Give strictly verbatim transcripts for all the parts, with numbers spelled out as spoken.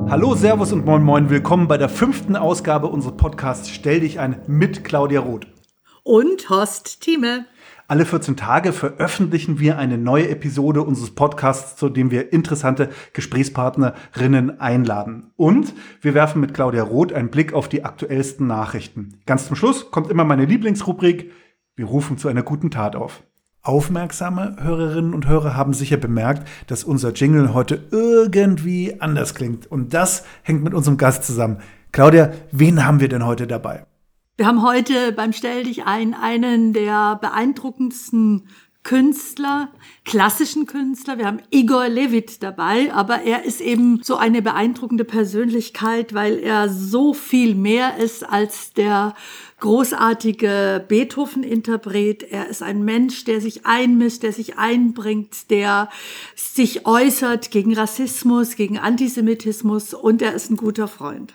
Hallo, Servus und Moin Moin. Willkommen bei der fünften Ausgabe unseres Podcasts Stell dich ein mit Claudia Roth. Und Horst Thieme. Alle vierzehn Tage veröffentlichen wir eine neue Episode unseres Podcasts, zu dem wir interessante Gesprächspartnerinnen einladen. Und wir werfen mit Claudia Roth einen Blick auf die aktuellsten Nachrichten. Ganz zum Schluss kommt immer meine Lieblingsrubrik. Wir rufen zu einer guten Tat auf. Aufmerksame Hörerinnen und Hörer haben sicher bemerkt, dass unser Jingle heute irgendwie anders klingt. Und das hängt mit unserem Gast zusammen. Claudia, wen haben wir denn heute dabei? Wir haben heute beim Stell dich ein einen der beeindruckendsten Künstler, klassischen Künstler. Wir haben Igor Levit dabei, aber er ist eben so eine beeindruckende Persönlichkeit, weil er so viel mehr ist als der großartige Beethoven-Interpret. Er ist ein Mensch, der sich einmischt, der sich einbringt, der sich äußert gegen Rassismus, gegen Antisemitismus, und er ist ein guter Freund.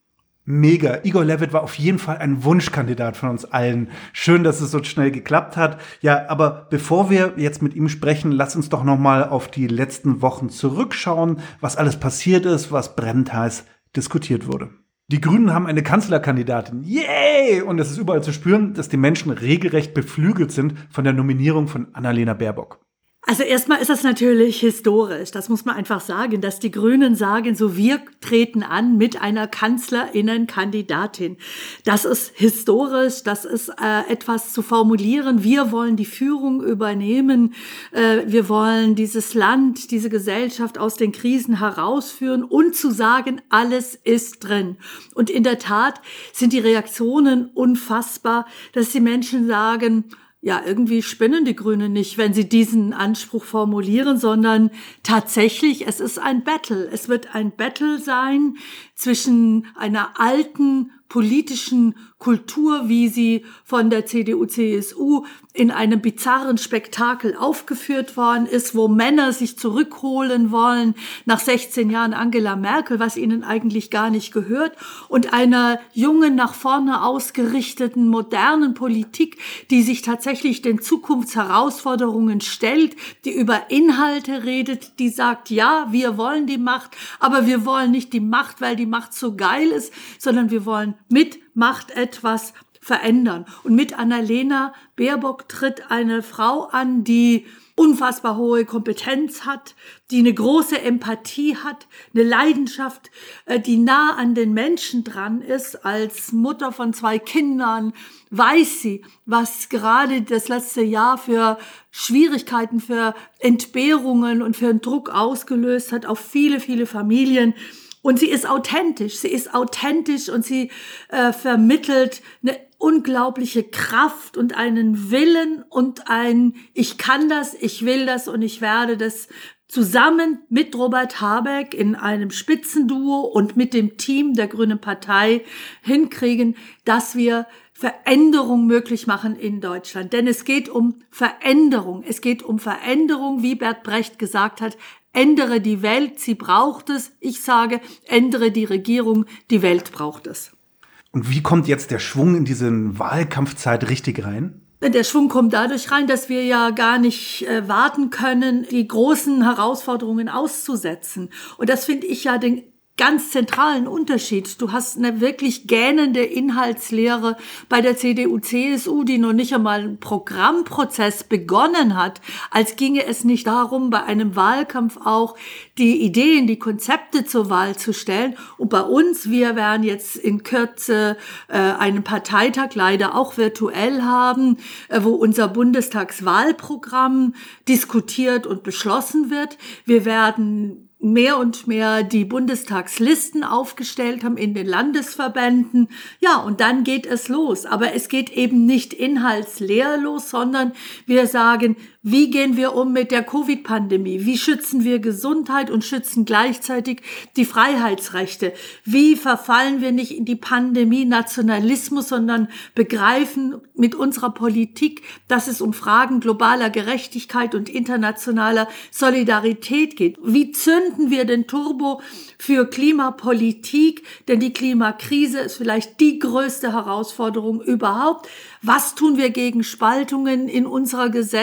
Mega. Igor Levit war auf jeden Fall ein Wunschkandidat von uns allen. Schön, dass es so schnell geklappt hat. Ja, aber bevor wir jetzt mit ihm sprechen, lass uns doch noch mal auf die letzten Wochen zurückschauen, was alles passiert ist, was brennend heiß diskutiert wurde. Die Grünen haben eine Kanzlerkandidatin. Yay! Und es ist überall zu spüren, dass die Menschen regelrecht beflügelt sind von der Nominierung von Annalena Baerbock. Also erstmal ist das natürlich historisch, das muss man einfach sagen, dass die Grünen sagen, so wir treten an mit einer Kanzlerinnenkandidatin. Das ist historisch, das ist äh, etwas zu formulieren. Wir wollen die Führung übernehmen, äh, wir wollen dieses Land, diese Gesellschaft aus den Krisen herausführen und zu sagen, alles ist drin. Und in der Tat sind die Reaktionen unfassbar, dass die Menschen sagen, ja, irgendwie spinnen die Grünen nicht, wenn sie diesen Anspruch formulieren, sondern tatsächlich, es ist ein Battle. Es wird ein Battle sein zwischen einer alten politischen Kultur, wie sie von der C D U C S U in einem bizarren Spektakel aufgeführt worden ist, wo Männer sich zurückholen wollen nach sechzehn Jahren Angela Merkel, was ihnen eigentlich gar nicht gehört, und einer jungen, nach vorne ausgerichteten, modernen Politik, die sich tatsächlich den Zukunftsherausforderungen stellt, die über Inhalte redet, die sagt, ja, wir wollen die Macht, aber wir wollen nicht die Macht, weil die Macht so geil ist, sondern wir wollen mit Macht etwas verändern. Und mit Annalena Baerbock tritt eine Frau an, die unfassbar hohe Kompetenz hat, die eine große Empathie hat, eine Leidenschaft, die nah an den Menschen dran ist. Als Mutter von zwei Kindern weiß sie, was gerade das letzte Jahr für Schwierigkeiten, für Entbehrungen und für einen Druck ausgelöst hat auf viele, viele Familien. Und sie ist authentisch, sie ist authentisch und sie äh, vermittelt eine unglaubliche Kraft und einen Willen und ein Ich kann das, ich will das und ich werde das zusammen mit Robert Habeck in einem Spitzenduo und mit dem Team der Grünen Partei hinkriegen, dass wir Veränderung möglich machen in Deutschland. Denn es geht um Veränderung. Es geht um Veränderung, wie Bert Brecht gesagt hat. Ändere die Welt, sie braucht es. Ich sage, ändere die Regierung, die Welt braucht es. Und wie kommt jetzt der Schwung in diese Wahlkampfzeit richtig rein? Der Schwung kommt dadurch rein, dass wir ja gar nicht äh, warten können, die großen Herausforderungen auszusetzen. Und das finde ich ja den ganz zentralen Unterschied. Du hast eine wirklich gähnende Inhaltslehre bei der C D U C S U, die noch nicht einmal einen Programmprozess begonnen hat, als ginge es nicht darum, bei einem Wahlkampf auch die Ideen, die Konzepte zur Wahl zu stellen. Und bei uns, wir werden jetzt in Kürze äh, einen Parteitag leider auch virtuell haben, äh, wo unser Bundestagswahlprogramm diskutiert und beschlossen wird. Wir werden mehr und mehr die Bundestagslisten aufgestellt haben in den Landesverbänden. Ja, und dann geht es los. Aber es geht eben nicht inhaltsleer los, sondern wir sagen, wie gehen wir um mit der Covid-Pandemie? Wie schützen wir Gesundheit und schützen gleichzeitig die Freiheitsrechte? Wie verfallen wir nicht in die Pandemie-Nationalismus, sondern begreifen mit unserer Politik, dass es um Fragen globaler Gerechtigkeit und internationaler Solidarität geht? Wie zünden wir den Turbo für Klimapolitik? Denn die Klimakrise ist vielleicht die größte Herausforderung überhaupt. Was tun wir gegen Spaltungen in unserer Gesellschaft, die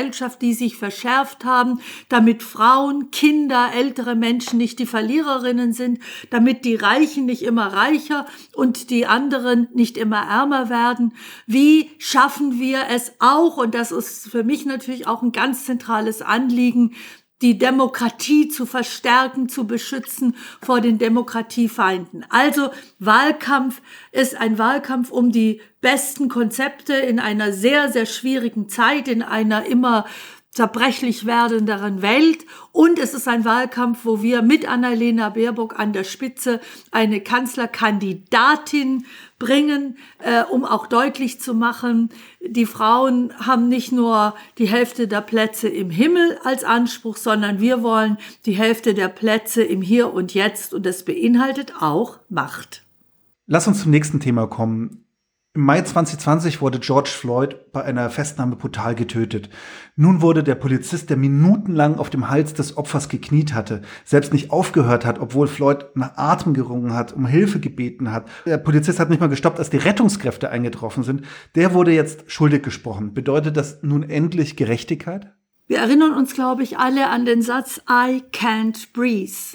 die sich verschärft haben, damit Frauen, Kinder, ältere Menschen nicht die Verliererinnen sind, damit die Reichen nicht immer reicher und die anderen nicht immer ärmer werden. Wie schaffen wir es auch, und das ist für mich natürlich auch ein ganz zentrales Anliegen, die Demokratie zu verstärken, zu beschützen vor den Demokratiefeinden. Also Wahlkampf ist ein Wahlkampf um die besten Konzepte in einer sehr, sehr schwierigen Zeit, in einer immer zerbrechlich werdenderen Welt. Und es ist ein Wahlkampf, wo wir mit Annalena Baerbock an der Spitze eine Kanzlerkandidatin bringen, äh, um auch deutlich zu machen, die Frauen haben nicht nur die Hälfte der Plätze im Himmel als Anspruch, sondern wir wollen die Hälfte der Plätze im Hier und Jetzt, und das beinhaltet auch Macht. Lass uns zum nächsten Thema kommen. Im Mai zwanzig zwanzig wurde George Floyd bei einer Festnahme brutal getötet. Nun wurde der Polizist, der minutenlang auf dem Hals des Opfers gekniet hatte, selbst nicht aufgehört hat, obwohl Floyd nach Atem gerungen hat, um Hilfe gebeten hat. Der Polizist hat nicht mal gestoppt, als die Rettungskräfte eingetroffen sind. Der wurde jetzt schuldig gesprochen. Bedeutet das nun endlich Gerechtigkeit? Wir erinnern uns, glaube ich, alle an den Satz I can't breathe.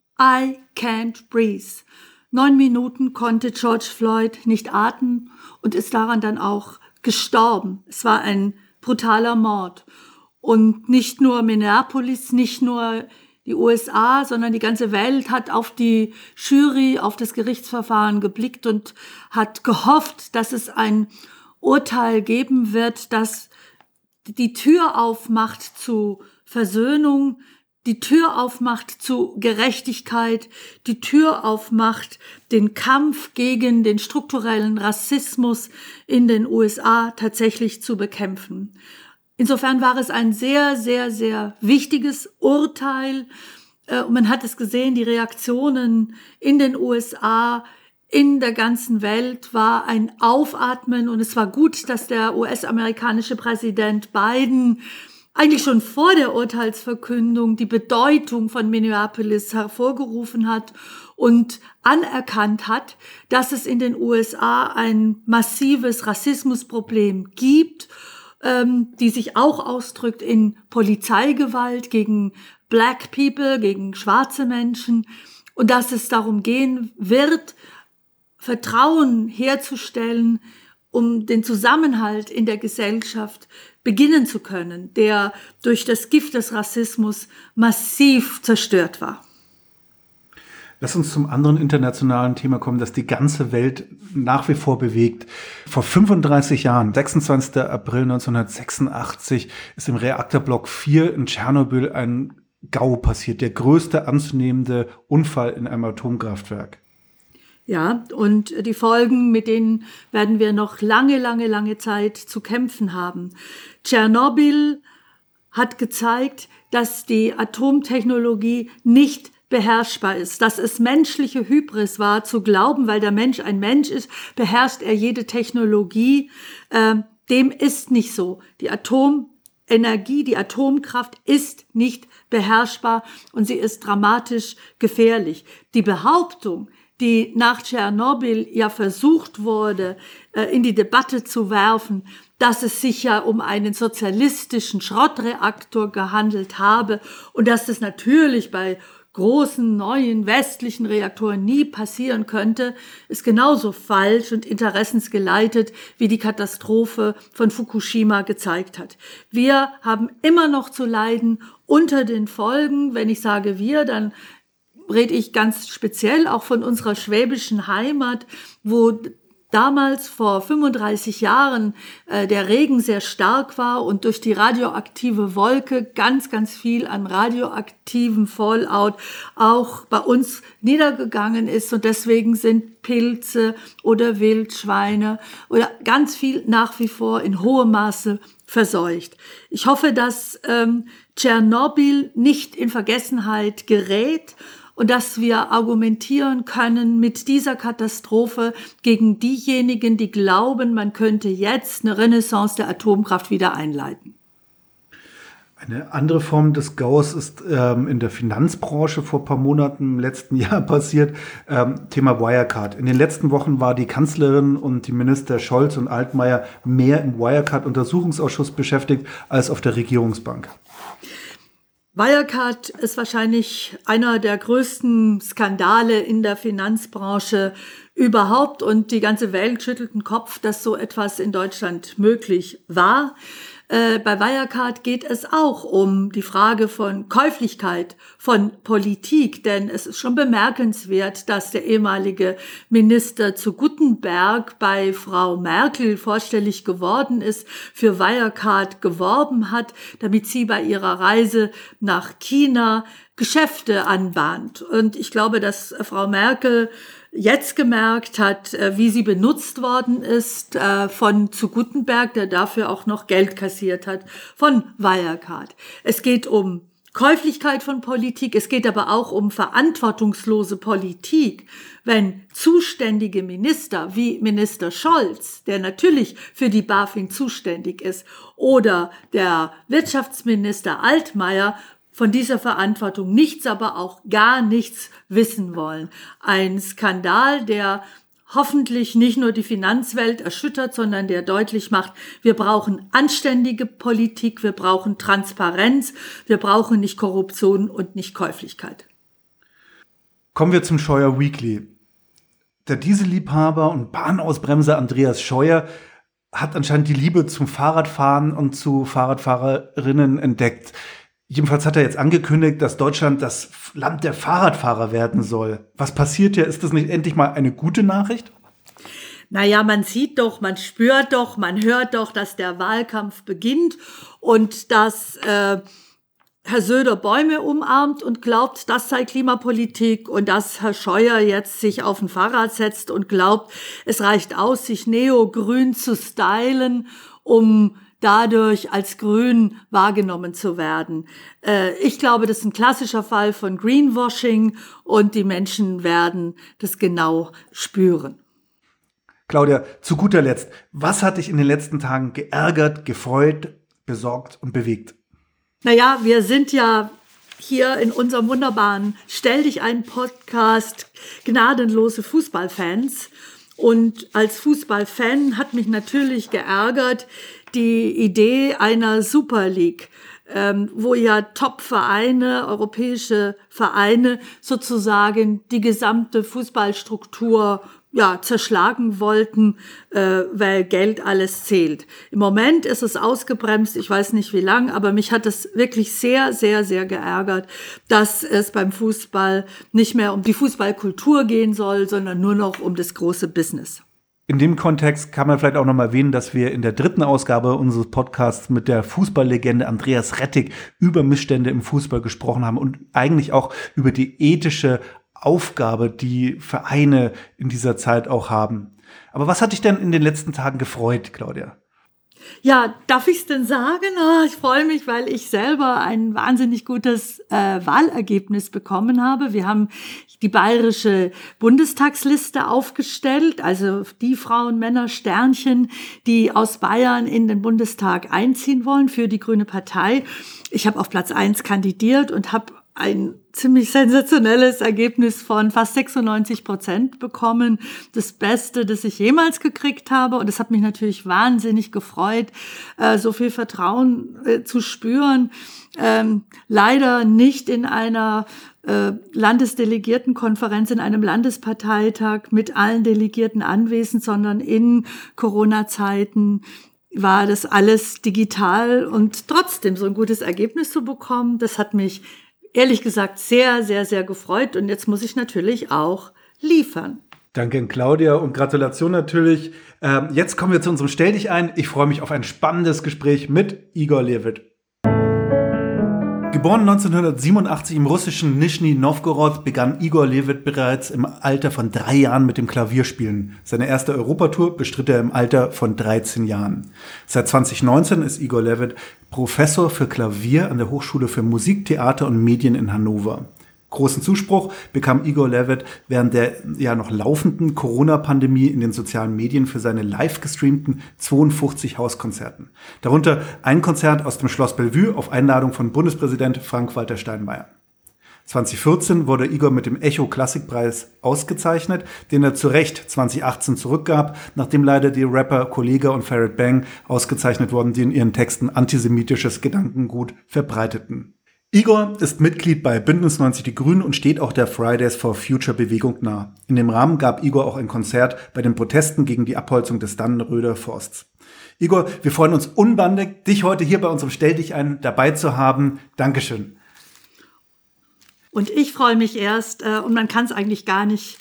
I can't breathe. Neun Minuten konnte George Floyd nicht atmen und ist daran dann auch gestorben. Es war ein brutaler Mord. Und nicht nur Minneapolis, nicht nur die U S A, sondern die ganze Welt hat auf die Jury, auf das Gerichtsverfahren geblickt und hat gehofft, dass es ein Urteil geben wird, das die Tür aufmacht zu Versöhnung, die Tür aufmacht zu Gerechtigkeit, die Tür aufmacht, den Kampf gegen den strukturellen Rassismus in den U S A tatsächlich zu bekämpfen. Insofern war es ein sehr, sehr, sehr wichtiges Urteil. Und man hat es gesehen, die Reaktionen in den U S A, in der ganzen Welt war ein Aufatmen. Und es war gut, dass der U S-amerikanische Präsident Biden eigentlich schon vor der Urteilsverkündung die Bedeutung von Minneapolis hervorgerufen hat und anerkannt hat, dass es in den U S A ein massives Rassismusproblem gibt, ähm, die sich auch ausdrückt in Polizeigewalt gegen Black People, gegen schwarze Menschen, und dass es darum gehen wird, Vertrauen herzustellen, um den Zusammenhalt in der Gesellschaft beginnen zu können, der durch das Gift des Rassismus massiv zerstört war. Lass uns zum anderen internationalen Thema kommen, das die ganze Welt nach wie vor bewegt. Vor fünfunddreißig Jahren, sechsundzwanzigster April neunzehnhundertsechsundachtzig, ist im Reaktorblock vier in Tschernobyl ein GAU passiert, der größte anzunehmende Unfall in einem Atomkraftwerk. Ja, und die Folgen, mit denen werden wir noch lange, lange, lange Zeit zu kämpfen haben. Tschernobyl hat gezeigt, dass die Atomtechnologie nicht beherrschbar ist, dass es menschliche Hybris war, zu glauben, weil der Mensch ein Mensch ist, beherrscht er jede Technologie. Ähm, dem ist nicht so. Die Atomenergie, die Atomkraft ist nicht beherrschbar und sie ist dramatisch gefährlich. Die Behauptung, die nach Tschernobyl ja versucht wurde, in die Debatte zu werfen, dass es sich ja um einen sozialistischen Schrottreaktor gehandelt habe und dass das natürlich bei großen, neuen, westlichen Reaktoren nie passieren könnte, ist genauso falsch und interessensgeleitet, wie die Katastrophe von Fukushima gezeigt hat. Wir haben immer noch zu leiden unter den Folgen. Wenn ich sage wir, dann rede ich ganz speziell auch von unserer schwäbischen Heimat, wo damals vor fünfunddreißig Jahren äh, der Regen sehr stark war und durch die radioaktive Wolke ganz, ganz viel an radioaktivem Fallout auch bei uns niedergegangen ist. Und deswegen sind Pilze oder Wildschweine oder ganz viel nach wie vor in hohem Maße verseucht. Ich hoffe, dass ähm, Tschernobyl nicht in Vergessenheit gerät und dass wir argumentieren können mit dieser Katastrophe gegen diejenigen, die glauben, man könnte jetzt eine Renaissance der Atomkraft wieder einleiten. Eine andere Form des Gaus ist ähm, in der Finanzbranche vor ein paar Monaten im letzten Jahr passiert. Ähm, Thema Wirecard. In den letzten Wochen war die Kanzlerin und die Minister Scholz und Altmaier mehr im Wirecard-Untersuchungsausschuss beschäftigt als auf der Regierungsbank. Wirecard ist wahrscheinlich einer der größten Skandale in der Finanzbranche überhaupt und die ganze Welt schüttelt den Kopf, dass so etwas in Deutschland möglich war. Äh, bei Wirecard geht es auch um die Frage von Käuflichkeit von Politik, denn es ist schon bemerkenswert, dass der ehemalige Minister zu Guttenberg bei Frau Merkel vorstellig geworden ist, für Wirecard geworben hat, damit sie bei ihrer Reise nach China Geschäfte anbahnt. Und ich glaube, dass Frau Merkel jetzt gemerkt hat, wie sie benutzt worden ist von zu Guttenberg, der dafür auch noch Geld kassiert hat von Wirecard. Es geht um Käuflichkeit von Politik, es geht aber auch um verantwortungslose Politik, wenn zuständige Minister wie Minister Scholz, der natürlich für die BaFin zuständig ist, oder der Wirtschaftsminister Altmaier von dieser Verantwortung nichts, aber auch gar nichts wissen wollen. Ein Skandal, der hoffentlich nicht nur die Finanzwelt erschüttert, sondern der deutlich macht, wir brauchen anständige Politik, wir brauchen Transparenz, wir brauchen nicht Korruption und nicht Käuflichkeit. Kommen wir zum Scheuer Weekly. Der Dieselliebhaber und Bahnausbremser Andreas Scheuer hat anscheinend die Liebe zum Fahrradfahren und zu Fahrradfahrerinnen entdeckt. Jedenfalls hat er jetzt angekündigt, dass Deutschland das Land der Fahrradfahrer werden soll. Was passiert hier? Ist das nicht endlich mal eine gute Nachricht? Naja, man sieht doch, man spürt doch, man hört doch, dass der Wahlkampf beginnt und dass äh, Herr Söder Bäume umarmt und glaubt, das sei Klimapolitik und dass Herr Scheuer jetzt sich auf ein Fahrrad setzt und glaubt, es reicht aus, sich neogrün zu stylen, um dadurch als grün wahrgenommen zu werden. Äh, ich glaube, das ist ein klassischer Fall von Greenwashing und die Menschen werden das genau spüren. Claudia, zu guter Letzt, was hat dich in den letzten Tagen geärgert, gefreut, besorgt und bewegt? Naja, wir sind ja hier in unserem wunderbaren Stell dich ein Podcast gnadenlose Fußballfans. Und als Fußballfan hat mich natürlich geärgert die Idee einer Super League, ähm, wo ja Top-Vereine, europäische Vereine sozusagen die gesamte Fußballstruktur ja zerschlagen wollten, äh, weil Geld alles zählt. Im Moment ist es ausgebremst, ich weiß nicht wie lang, aber mich hat es wirklich sehr, sehr, sehr geärgert, dass es beim Fußball nicht mehr um die Fußballkultur gehen soll, sondern nur noch um das große Business. In dem Kontext kann man vielleicht auch noch mal erwähnen, dass wir in der dritten Ausgabe unseres Podcasts mit der Fußballlegende Andreas Rettig über Missstände im Fußball gesprochen haben und eigentlich auch über die ethische Aufgabe, die Vereine in dieser Zeit auch haben. Aber was hat dich denn in den letzten Tagen gefreut, Claudia? Ja, darf ich es denn sagen? Oh, ich freue mich, weil ich selber ein wahnsinnig gutes äh, Wahlergebnis bekommen habe. Wir haben die bayerische Bundestagsliste aufgestellt, also die Frauen, Männer, Sternchen, die aus Bayern in den Bundestag einziehen wollen für die Grüne Partei. Ich habe auf Platz eins kandidiert und habe ein ziemlich sensationelles Ergebnis von fast sechsundneunzig Prozent bekommen. Das Beste, das ich jemals gekriegt habe. Und es hat mich natürlich wahnsinnig gefreut, äh, so viel Vertrauen äh, zu spüren. Ähm, leider nicht in einer äh, Landesdelegiertenkonferenz, in einem Landesparteitag mit allen Delegierten anwesend, sondern in Corona-Zeiten war das alles digital. Und trotzdem so ein gutes Ergebnis zu bekommen, das hat mich ehrlich gesagt sehr, sehr, sehr gefreut. Und jetzt muss ich natürlich auch liefern. Danke, Claudia, und Gratulation natürlich. Ähm, jetzt kommen wir zu unserem Stell dich ein. Ich freue mich auf ein spannendes Gespräch mit Igor Levit. Geboren neunzehnhundertsiebenundachtzig im russischen Nischni Nowgorod, begann Igor Levit bereits im Alter von drei Jahren mit dem Klavierspielen. Seine erste Europatour bestritt er im Alter von dreizehn Jahren. Seit zwanzig neunzehn ist Igor Levit Professor für Klavier an der Hochschule für Musik, Theater und Medien in Hannover. Großen Zuspruch bekam Igor Levit während der ja noch laufenden Corona-Pandemie in den sozialen Medien für seine live gestreamten zweiundfünfzig Hauskonzerten. Darunter ein Konzert aus dem Schloss Bellevue auf Einladung von Bundespräsident Frank-Walter Steinmeier. zwanzig vierzehn wurde Igor mit dem Echo-Klassikpreis ausgezeichnet, den er zu Recht zwanzig achtzehn zurückgab, nachdem leider die Rapper Kollega und Farid Bang ausgezeichnet wurden, die in ihren Texten antisemitisches Gedankengut verbreiteten. Igor ist Mitglied bei Bündnis neunzig Die Grünen und steht auch der Fridays for Future Bewegung nahe. In dem Rahmen gab Igor auch ein Konzert bei den Protesten gegen die Abholzung des Dannenröder Forsts. Igor, wir freuen uns unbandig, dich heute hier bei unserem Stell dich ein dabei zu haben. Dankeschön. Und ich freue mich erst, äh, und man kann es eigentlich gar nicht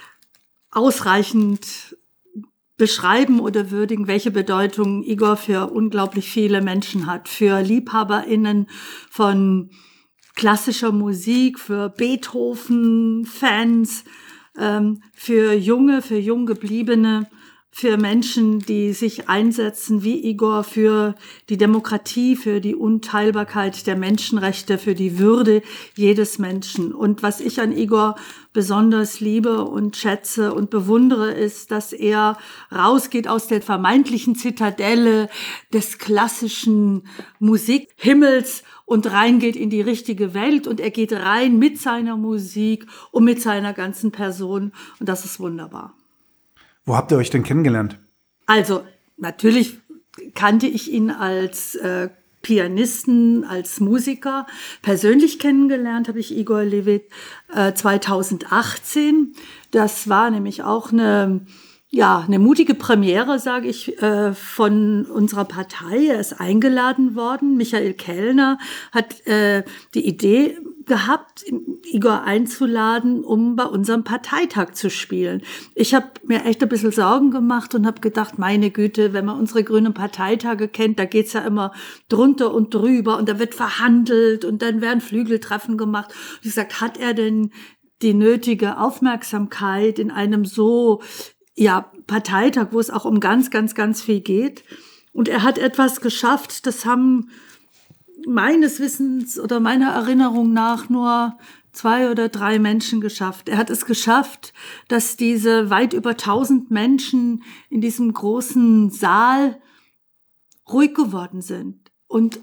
ausreichend beschreiben oder würdigen, welche Bedeutung Igor für unglaublich viele Menschen hat. Für LiebhaberInnen von klassischer Musik, für Beethoven-Fans, ähm, für Junge, für Junggebliebene, für Menschen, die sich einsetzen wie Igor für die Demokratie, für die Unteilbarkeit der Menschenrechte, für die Würde jedes Menschen. Und was ich an Igor besonders liebe und schätze und bewundere, ist, dass er rausgeht aus der vermeintlichen Zitadelle des klassischen Musikhimmels und reingeht in die richtige Welt. Und er geht rein mit seiner Musik und mit seiner ganzen Person. Und das ist wunderbar. Wo habt ihr euch denn kennengelernt? Also natürlich kannte ich ihn als äh, Pianisten, als Musiker. Persönlich kennengelernt habe ich Igor Levit äh, zweitausendachtzehn. Das war nämlich auch eine, ja, eine mutige Premiere, sage ich, äh, von unserer Partei. Er ist eingeladen worden. Michael Kellner hat äh, die Idee gehabt, Igor einzuladen, um bei unserem Parteitag zu spielen. Ich habe mir echt ein bisschen Sorgen gemacht und habe gedacht, meine Güte, wenn man unsere grünen Parteitage kennt, da geht's ja immer drunter und drüber und da wird verhandelt und dann werden Flügeltreffen gemacht. Und ich gesagt, hat er denn die nötige Aufmerksamkeit in einem so, ja, Parteitag, wo es auch um ganz, ganz, ganz viel geht? Und er hat etwas geschafft, das haben meines Wissens oder meiner Erinnerung nach nur zwei oder drei Menschen geschafft. Er hat es geschafft, dass diese weit über tausend Menschen in diesem großen Saal ruhig geworden sind und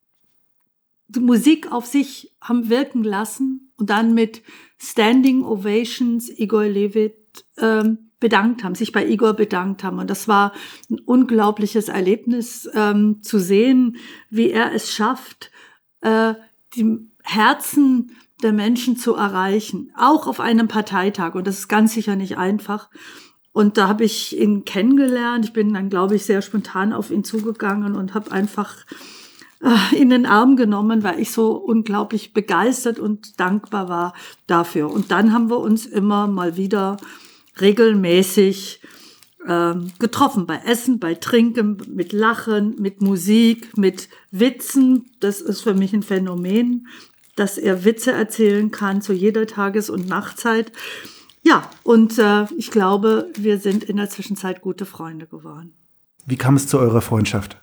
die Musik auf sich haben wirken lassen und dann mit Standing Ovations Igor Levit ähm, bedankt haben, sich bei Igor bedankt haben. Und das war ein unglaubliches Erlebnis, ähm, zu sehen, wie er es schafft, äh, die Herzen der Menschen zu erreichen, auch auf einem Parteitag. Und das ist ganz sicher nicht einfach. Und da habe ich ihn kennengelernt. Ich bin dann, glaube ich, sehr spontan auf ihn zugegangen und habe einfach äh, in den Arm genommen, weil ich so unglaublich begeistert und dankbar war dafür. Und dann haben wir uns immer mal wieder regelmäßig ähm, getroffen, bei Essen, bei Trinken, mit Lachen, mit Musik, mit Witzen. Das ist für mich ein Phänomen, dass er Witze erzählen kann zu jeder Tages- und Nachtzeit. Ja, und äh, ich glaube, wir sind in der Zwischenzeit gute Freunde geworden. Wie kam es zu eurer Freundschaft?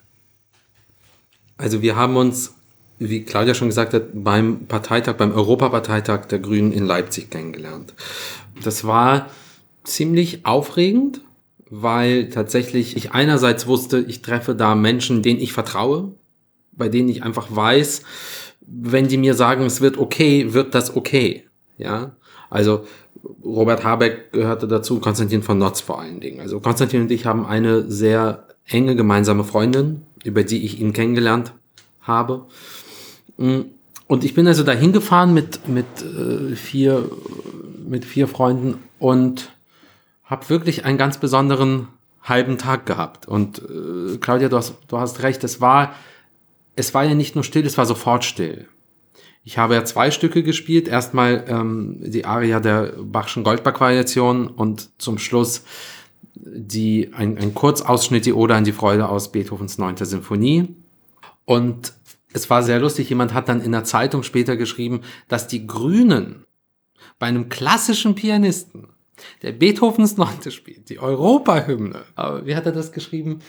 Also wir haben uns, wie Claudia schon gesagt hat, beim Parteitag, beim Europaparteitag der Grünen in Leipzig kennengelernt. Das war ziemlich aufregend, weil tatsächlich ich einerseits wusste, ich treffe da Menschen, denen ich vertraue, bei denen ich einfach weiß, wenn die mir sagen, es wird okay, wird das okay. Ja, also Robert Habeck gehörte dazu, Konstantin von Notz vor allen Dingen. Also Konstantin und ich haben eine sehr enge gemeinsame Freundin, über die ich ihn kennengelernt habe. Und ich bin also dahin gefahren mit mit äh, vier mit vier Freunden und habe wirklich einen ganz besonderen halben Tag gehabt. Und äh, Claudia, du hast, du hast recht, es war, es war ja nicht nur still, es war sofort still. Ich habe ja zwei Stücke gespielt. Erstmal ähm, die Aria der Bachschen Goldberg-Variation und zum Schluss die, ein, ein Kurzausschnitt, die Ode an die Freude aus Beethovens neunter Sinfonie. Und es war sehr lustig, jemand hat dann in der Zeitung später geschrieben, dass die Grünen bei einem klassischen Pianisten, der Beethovens Neunte spielt, die Europahymne, aber wie hat er das geschrieben?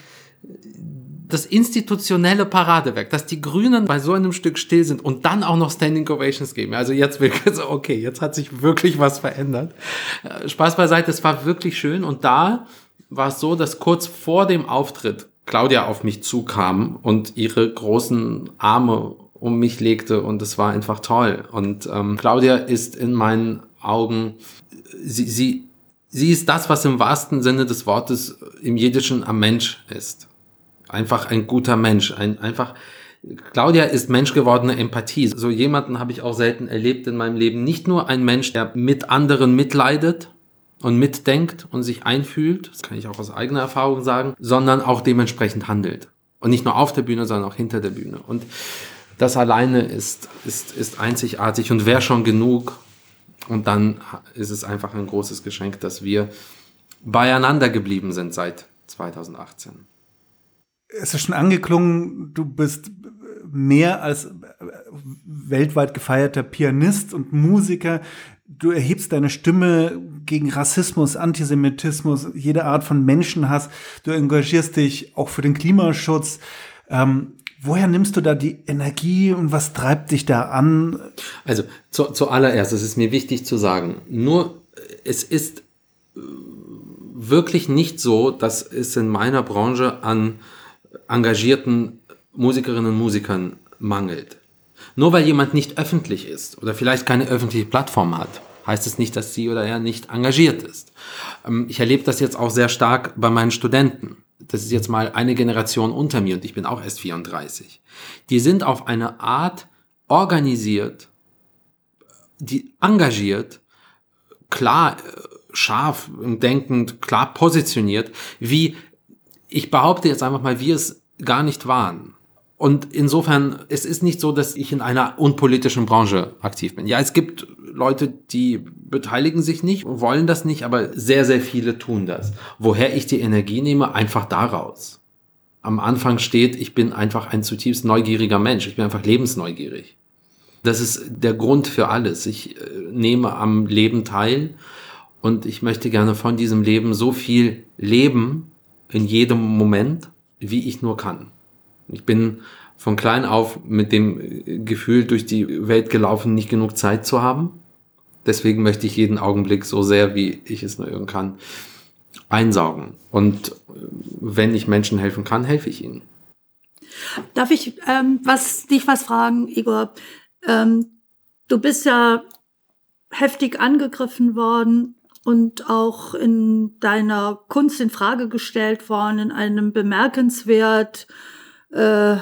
das institutionelle Paradewerk, dass die Grünen bei so einem Stück still sind und dann auch noch Standing Ovations geben. Also jetzt wirklich so, okay, jetzt hat sich wirklich was verändert. Spaß beiseite, es war wirklich schön. Und da war es so, dass kurz vor dem Auftritt Claudia auf mich zukam und ihre großen Arme um mich legte und es war einfach toll. Und ähm, Claudia ist in meinen Augen, sie, sie, sie ist das, was im wahrsten Sinne des Wortes im Jiddischen am Mensch ist. Einfach ein guter Mensch, ein einfach. Claudia ist menschgewordene Empathie. So jemanden habe ich auch selten erlebt in meinem Leben. Nicht nur ein Mensch, der mit anderen mitleidet und mitdenkt und sich einfühlt, das kann ich auch aus eigener Erfahrung sagen, sondern auch dementsprechend handelt. Und nicht nur auf der Bühne, sondern auch hinter der Bühne. Und das alleine ist, ist, ist einzigartig und wäre schon genug. Und dann ist es einfach ein großes Geschenk, dass wir beieinander geblieben sind seit zweitausendachtzehn. Es ist schon angeklungen, du bist mehr als weltweit gefeierter Pianist und Musiker. Du erhebst deine Stimme gegen Rassismus, Antisemitismus, jede Art von Menschenhass. Du engagierst dich auch für den Klimaschutz. Ähm, woher nimmst du da die Energie und was treibt dich da an? Also zu, zuallererst, es ist mir wichtig zu sagen, nur es ist wirklich nicht so, dass es in meiner Branche an engagierten Musikerinnen und Musikern mangelt. Nur weil jemand nicht öffentlich ist oder vielleicht keine öffentliche Plattform hat, heißt es nicht, dass sie oder er nicht engagiert ist. Ich erlebe das jetzt auch sehr stark bei meinen Studenten. Das ist jetzt mal eine Generation unter mir und ich bin auch erst vierunddreißig. Die sind auf eine Art organisiert, die engagiert, klar, scharf, denkend, klar positioniert, wie ich behaupte jetzt einfach mal, wir es gar nicht waren. Und insofern, es ist nicht so, dass ich in einer unpolitischen Branche aktiv bin. Ja, es gibt Leute, die beteiligen sich nicht und wollen das nicht, aber sehr, sehr viele tun das. Woher ich die Energie nehme? Einfach daraus. Am Anfang steht, ich bin einfach ein zutiefst neugieriger Mensch. Ich bin einfach lebensneugierig. Das ist der Grund für alles. Ich äh, nehme am Leben teil und ich möchte gerne von diesem Leben so viel leben, in jedem Moment, wie ich nur kann. Ich bin von klein auf mit dem Gefühl durch die Welt gelaufen, nicht genug Zeit zu haben. Deswegen möchte ich jeden Augenblick so sehr, wie ich es nur irgend kann, einsaugen. Und wenn ich Menschen helfen kann, helfe ich ihnen. Darf ich ähm, was, dich was fragen, Igor? Ähm, du bist ja heftig angegriffen worden und auch in deiner Kunst in Frage gestellt worden, in einem bemerkenswert äh,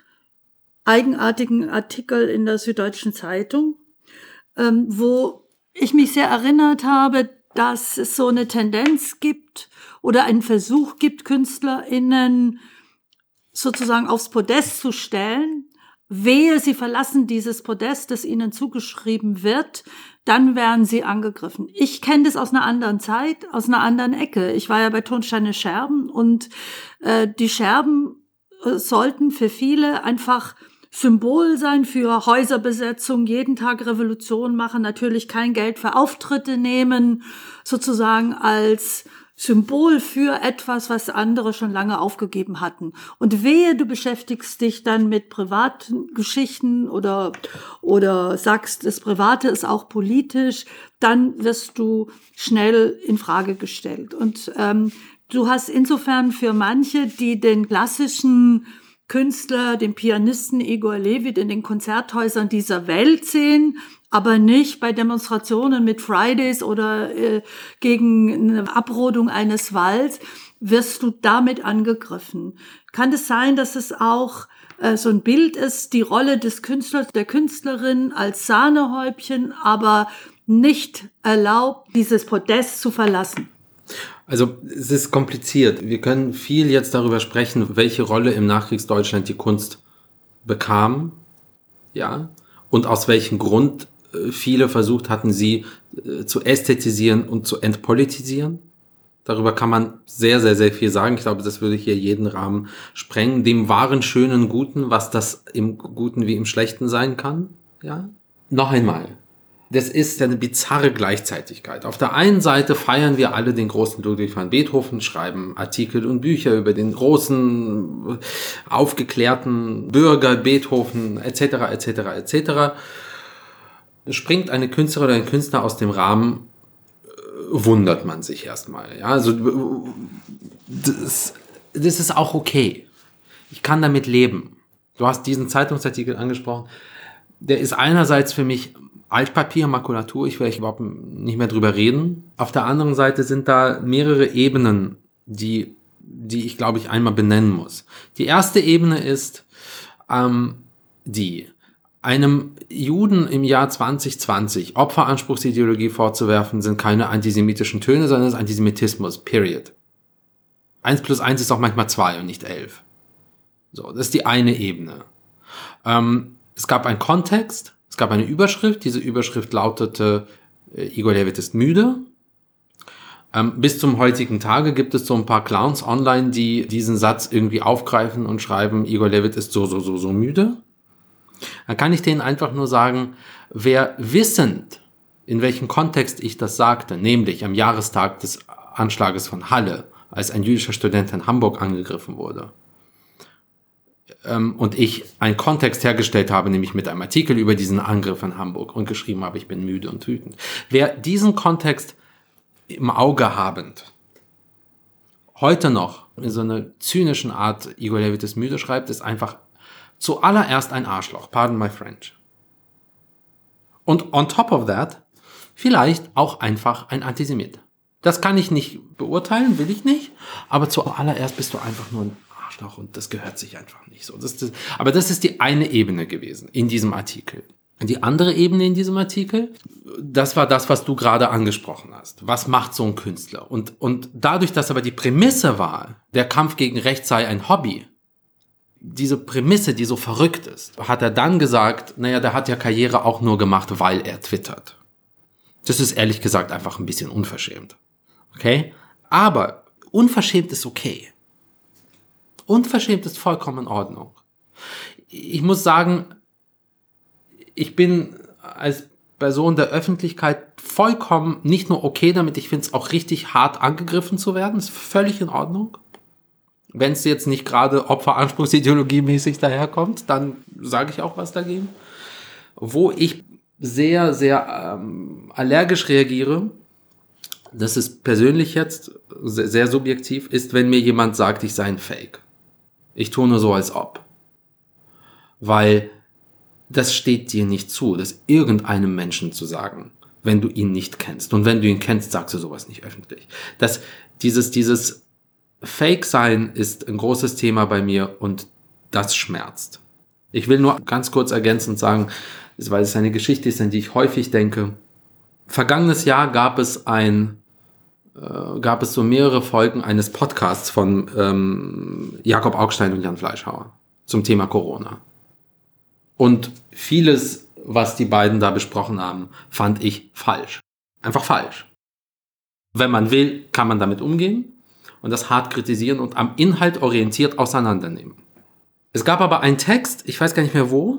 eigenartigen Artikel in der Süddeutschen Zeitung, ähm, wo ich mich sehr erinnert habe, dass es so eine Tendenz gibt oder einen Versuch gibt, KünstlerInnen sozusagen aufs Podest zu stellen. Wehe, sie verlassen dieses Podest, das ihnen zugeschrieben wird, dann werden sie angegriffen. Ich kenne das aus einer anderen Zeit, aus einer anderen Ecke. Ich war ja bei Tonsteine Scherben und äh, die Scherben äh, sollten für viele einfach Symbol sein für Häuserbesetzung, jeden Tag Revolution machen, natürlich kein Geld für Auftritte nehmen, sozusagen als Symbol für etwas, was andere schon lange aufgegeben hatten. Und wehe, du beschäftigst dich dann mit privaten Geschichten oder, oder sagst, das Private ist auch politisch, dann wirst du schnell in Frage gestellt. Und ähm, du hast insofern für manche, die den klassischen Künstler, den Pianisten Igor Levit in den Konzerthäusern dieser Welt sehen, aber nicht bei Demonstrationen mit Fridays oder äh, gegen eine Abrodung eines Walds, wirst du damit angegriffen. Kann es sein, dass es auch äh, so ein Bild ist, die Rolle des Künstlers, der Künstlerin als Sahnehäubchen, aber nicht erlaubt, dieses Podest zu verlassen? Also es ist kompliziert. Wir können viel jetzt darüber sprechen, welche Rolle im Nachkriegsdeutschland die Kunst bekam, ja, und aus welchem Grund viele versucht hatten, sie äh, zu ästhetisieren und zu entpolitisieren. Darüber kann man sehr, sehr, sehr viel sagen. Ich glaube, das würde hier jeden Rahmen sprengen. Dem wahren, schönen, Guten, was das im Guten wie im Schlechten sein kann. Ja. Noch einmal. das ist eine bizarre Gleichzeitigkeit. Auf der einen Seite feiern wir alle den großen Ludwig van Beethoven, schreiben Artikel und Bücher über den großen, aufgeklärten Bürger Beethoven, et cetera, et cetera, et cetera. Springt eine Künstlerin oder ein Künstler aus dem Rahmen, wundert man sich erstmal. Ja, also das, das ist auch okay. Ich kann damit leben. Du hast diesen Zeitungsartikel angesprochen. Der ist einerseits für mich Altpapier, Makulatur, ich will überhaupt nicht mehr drüber reden. Auf der anderen Seite sind da mehrere Ebenen, die, die ich, glaube ich, einmal benennen muss. Die erste Ebene ist ähm, die, einem Juden im Jahr zwanzig zwanzig Opferanspruchsideologie vorzuwerfen, sind keine antisemitischen Töne, sondern es ist Antisemitismus, period. Eins plus eins ist auch manchmal zwei und nicht elf. So, das ist die eine Ebene. Ähm, es gab einen Kontext, es gab eine Überschrift, diese Überschrift lautete, äh, Igor Levit ist müde. Ähm, bis zum heutigen Tage gibt es so ein paar Clowns online, die diesen Satz irgendwie aufgreifen und schreiben, Igor Levit ist so, so, so, so müde. Dann kann ich denen einfach nur sagen, wer wissend, in welchem Kontext ich das sagte, nämlich am Jahrestag des Anschlages von Halle, als ein jüdischer Student in Hamburg angegriffen wurde, und ich einen Kontext hergestellt habe, nämlich mit einem Artikel über diesen Angriff in Hamburg und geschrieben habe, ich bin müde und wütend. Wer diesen Kontext im Auge habend heute noch in so einer zynischen Art Igor Levit ist müde schreibt, ist einfach zuallererst ein Arschloch. Pardon my French. Und on top of that vielleicht auch einfach ein Antisemit. Das kann ich nicht beurteilen, will ich nicht, aber zuallererst bist du einfach nur ein Arschloch und das gehört sich einfach nicht so. Das, das, aber das ist die eine Ebene gewesen in diesem Artikel. Die andere Ebene in diesem Artikel, das war das, was du gerade angesprochen hast. Was macht so ein Künstler? Und, und dadurch, dass aber die Prämisse war, der Kampf gegen Recht sei ein Hobby, diese Prämisse, die so verrückt ist, hat er dann gesagt, naja, der hat ja Karriere auch nur gemacht, weil er twittert. Das ist ehrlich gesagt einfach ein bisschen unverschämt. Okay? Aber unverschämt ist okay. Unverschämt ist vollkommen in Ordnung. Ich muss sagen, ich bin als Person der Öffentlichkeit vollkommen nicht nur okay damit, ich finde es auch richtig hart angegriffen zu werden. Das ist völlig in Ordnung. Wenn es jetzt nicht gerade Opferanspruchsideologie-mäßig daherkommt, dann sage ich auch was dagegen. Wo ich sehr, sehr ähm, allergisch reagiere, das ist persönlich jetzt sehr, sehr subjektiv, ist, wenn mir jemand sagt, ich sei ein Fake. Ich tue nur so, als ob. Weil das steht dir nicht zu, das irgendeinem Menschen zu sagen, wenn du ihn nicht kennst. Und wenn du ihn kennst, sagst du sowas nicht öffentlich. Das, dieses, dieses Fake-Sein ist ein großes Thema bei mir und das schmerzt. Ich will nur ganz kurz ergänzend sagen, weil es eine Geschichte ist, an die ich häufig denke. Vergangenes Jahr gab es ein äh, gab es so mehrere Folgen eines Podcasts von ähm, Jakob Augstein und Jan Fleischhauer zum Thema Corona. Und vieles, was die beiden da besprochen haben, fand ich falsch. Einfach falsch. Wenn man will, kann man damit umgehen und das hart kritisieren und am Inhalt orientiert auseinandernehmen. Es gab aber einen Text, ich weiß gar nicht mehr wo,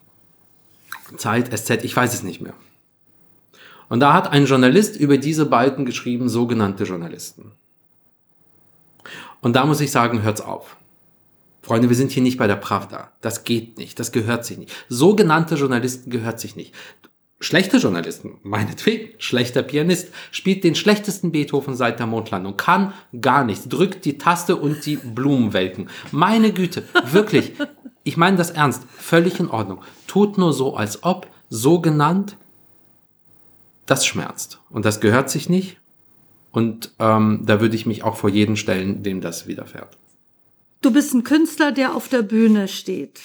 Zeit, S Z, ich weiß es nicht mehr. Und da hat ein Journalist über diese beiden geschrieben, sogenannte Journalisten. Und da muss ich sagen, hört's auf. Freunde, wir sind hier nicht bei der Pravda. Das geht nicht, das gehört sich nicht. Sogenannte Journalisten gehört sich nicht. Schlechte Journalisten, meinetwegen, schlechter Pianist, spielt den schlechtesten Beethoven seit der Mondlandung, kann gar nichts, drückt die Taste und die Blumen welken. Meine Güte, wirklich, ich meine das ernst, völlig in Ordnung. Tut nur so, als ob, so genannt, das schmerzt. Und das gehört sich nicht. Und ähm, da würde ich mich auch vor jeden stellen, dem das widerfährt. Du bist ein Künstler, der auf der Bühne steht.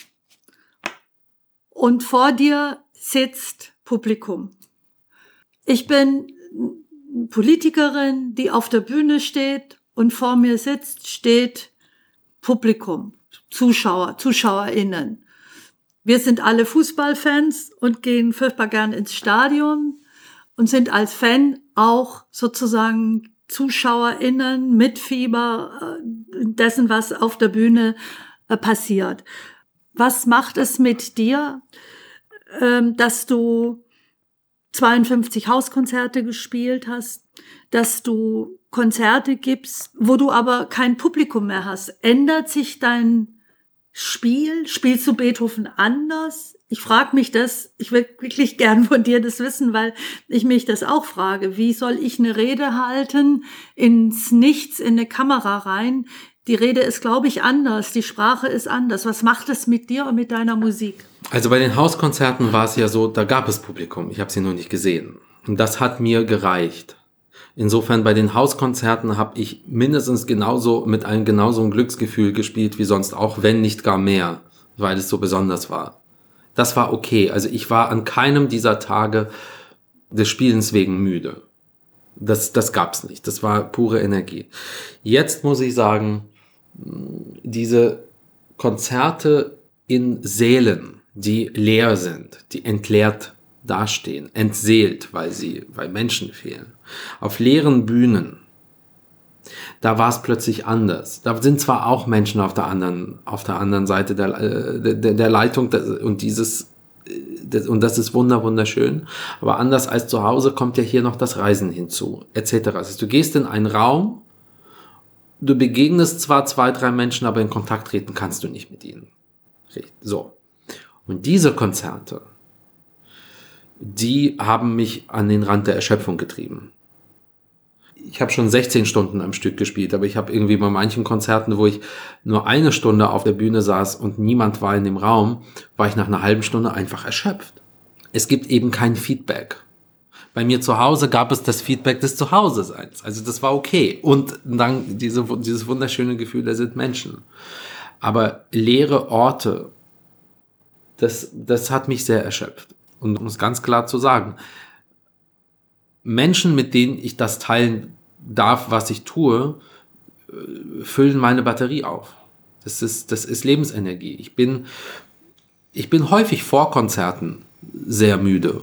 Und vor dir sitzt Publikum. Ich bin Politikerin, die auf der Bühne steht und vor mir sitzt, steht Publikum, Zuschauer, ZuschauerInnen. Wir sind alle Fußballfans und gehen furchtbar gern ins Stadion und sind als Fan auch sozusagen ZuschauerInnen mit Fieber dessen, was auf der Bühne passiert. Was macht es mit dir, dass du zweiundfünfzig Hauskonzerte gespielt hast, dass du Konzerte gibst, wo du aber kein Publikum mehr hast. Ändert sich dein Spiel? Spielst du Beethoven anders? Ich frage mich das, ich will wirklich gern von dir das wissen, weil ich mich das auch frage. Wie soll ich eine Rede halten, ins Nichts, in eine Kamera rein? Die Rede ist, glaube ich, anders, die Sprache ist anders. Was macht es mit dir und mit deiner Musik? Also bei den Hauskonzerten war es ja so, da gab es Publikum, ich habe sie nur nicht gesehen. Und das hat mir gereicht. Insofern bei den Hauskonzerten habe ich mindestens genauso mit einem genauso ein Glücksgefühl gespielt wie sonst auch, wenn nicht gar mehr, weil es so besonders war. Das war okay. Also ich war an keinem dieser Tage des Spielens wegen müde. Das, das gab's nicht. Das war pure Energie. Jetzt muss ich sagen, diese Konzerte in Sälen, die leer sind, die entleert dastehen, entseelt, weil sie, weil Menschen fehlen. Auf leeren Bühnen, da war es plötzlich anders. Da sind zwar auch Menschen auf der anderen, auf der anderen Seite der, der, der Leitung und dieses, und das ist wunder, wunderschön, aber anders als zu Hause kommt ja hier noch das Reisen hinzu, et cetera. Also du gehst in einen Raum, du begegnest zwar zwei, drei Menschen, aber in Kontakt treten kannst du nicht mit ihnen. So. Und diese Konzerte, die haben mich an den Rand der Erschöpfung getrieben. Ich habe schon sechzehn Stunden am Stück gespielt, aber ich habe irgendwie bei manchen Konzerten, wo ich nur eine Stunde auf der Bühne saß und niemand war in dem Raum, war ich nach einer halben Stunde einfach erschöpft. Es gibt eben kein Feedback. Bei mir zu Hause gab es das Feedback des Zuhause-Seins. Also das war okay. Und dann diese, dieses wunderschöne Gefühl, da sind Menschen. Aber leere Orte, das, das hat mich sehr erschöpft. Und um es ganz klar zu sagen, Menschen, mit denen ich das teilen darf, was ich tue, füllen meine Batterie auf. Das ist, das ist Lebensenergie. Ich bin, ich bin häufig vor Konzerten sehr müde.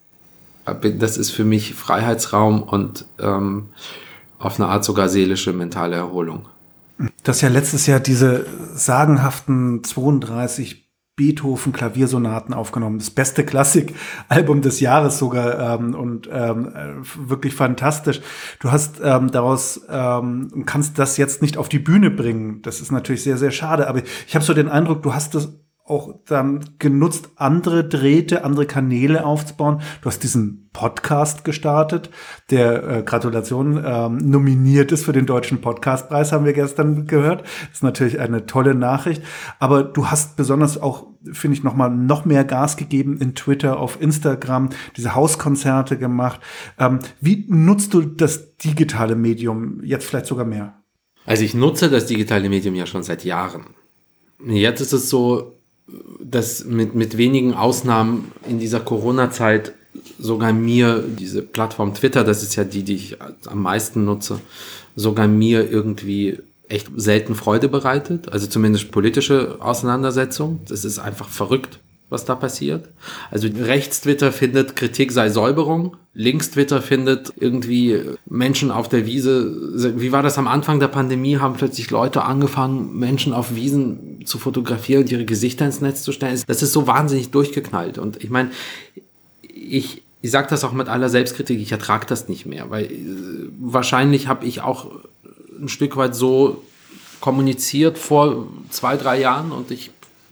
Das ist für mich Freiheitsraum und ähm, auf eine Art sogar seelische, mentale Erholung. Du hast ja letztes Jahr diese sagenhaften zweiunddreißig Beethoven-Klaviersonaten aufgenommen. Das beste Klassikalbum des Jahres sogar ähm, und ähm, wirklich fantastisch. Du hast ähm, daraus ähm, kannst das jetzt nicht auf die Bühne bringen. Das ist natürlich sehr, sehr schade. Aber ich habe so den Eindruck, du hast das auch dann genutzt, andere Drähte, andere Kanäle aufzubauen. Du hast diesen Podcast gestartet, der, äh, Gratulation, ähm, nominiert ist für den Deutschen Podcastpreis, haben wir gestern gehört. Das ist natürlich eine tolle Nachricht. Aber du hast besonders auch, finde ich, noch mal noch mehr Gas gegeben in Twitter, auf Instagram, diese Hauskonzerte gemacht. Ähm, wie nutzt du das digitale Medium jetzt vielleicht sogar mehr? Also ich nutze das digitale Medium ja schon seit Jahren. Jetzt ist es so, dass mit, mit wenigen Ausnahmen in dieser Corona-Zeit sogar mir diese Plattform Twitter, das ist ja die, die ich am meisten nutze, sogar mir irgendwie echt selten Freude bereitet. Also zumindest politische Auseinandersetzung. Das ist einfach verrückt, was da passiert. Also Rechts-Twitter findet, Kritik sei Säuberung. Links-Twitter findet irgendwie Menschen auf der Wiese. Wie war das am Anfang der Pandemie? Haben plötzlich Leute angefangen, Menschen auf Wiesen zu fotografieren und ihre Gesichter ins Netz zu stellen. Das ist so wahnsinnig durchgeknallt. Und ich meine, ich, ich sage das auch mit aller Selbstkritik, ich ertrage das nicht mehr. Weil äh, wahrscheinlich habe ich auch ein Stück weit so kommuniziert vor zwei, drei Jahren und ich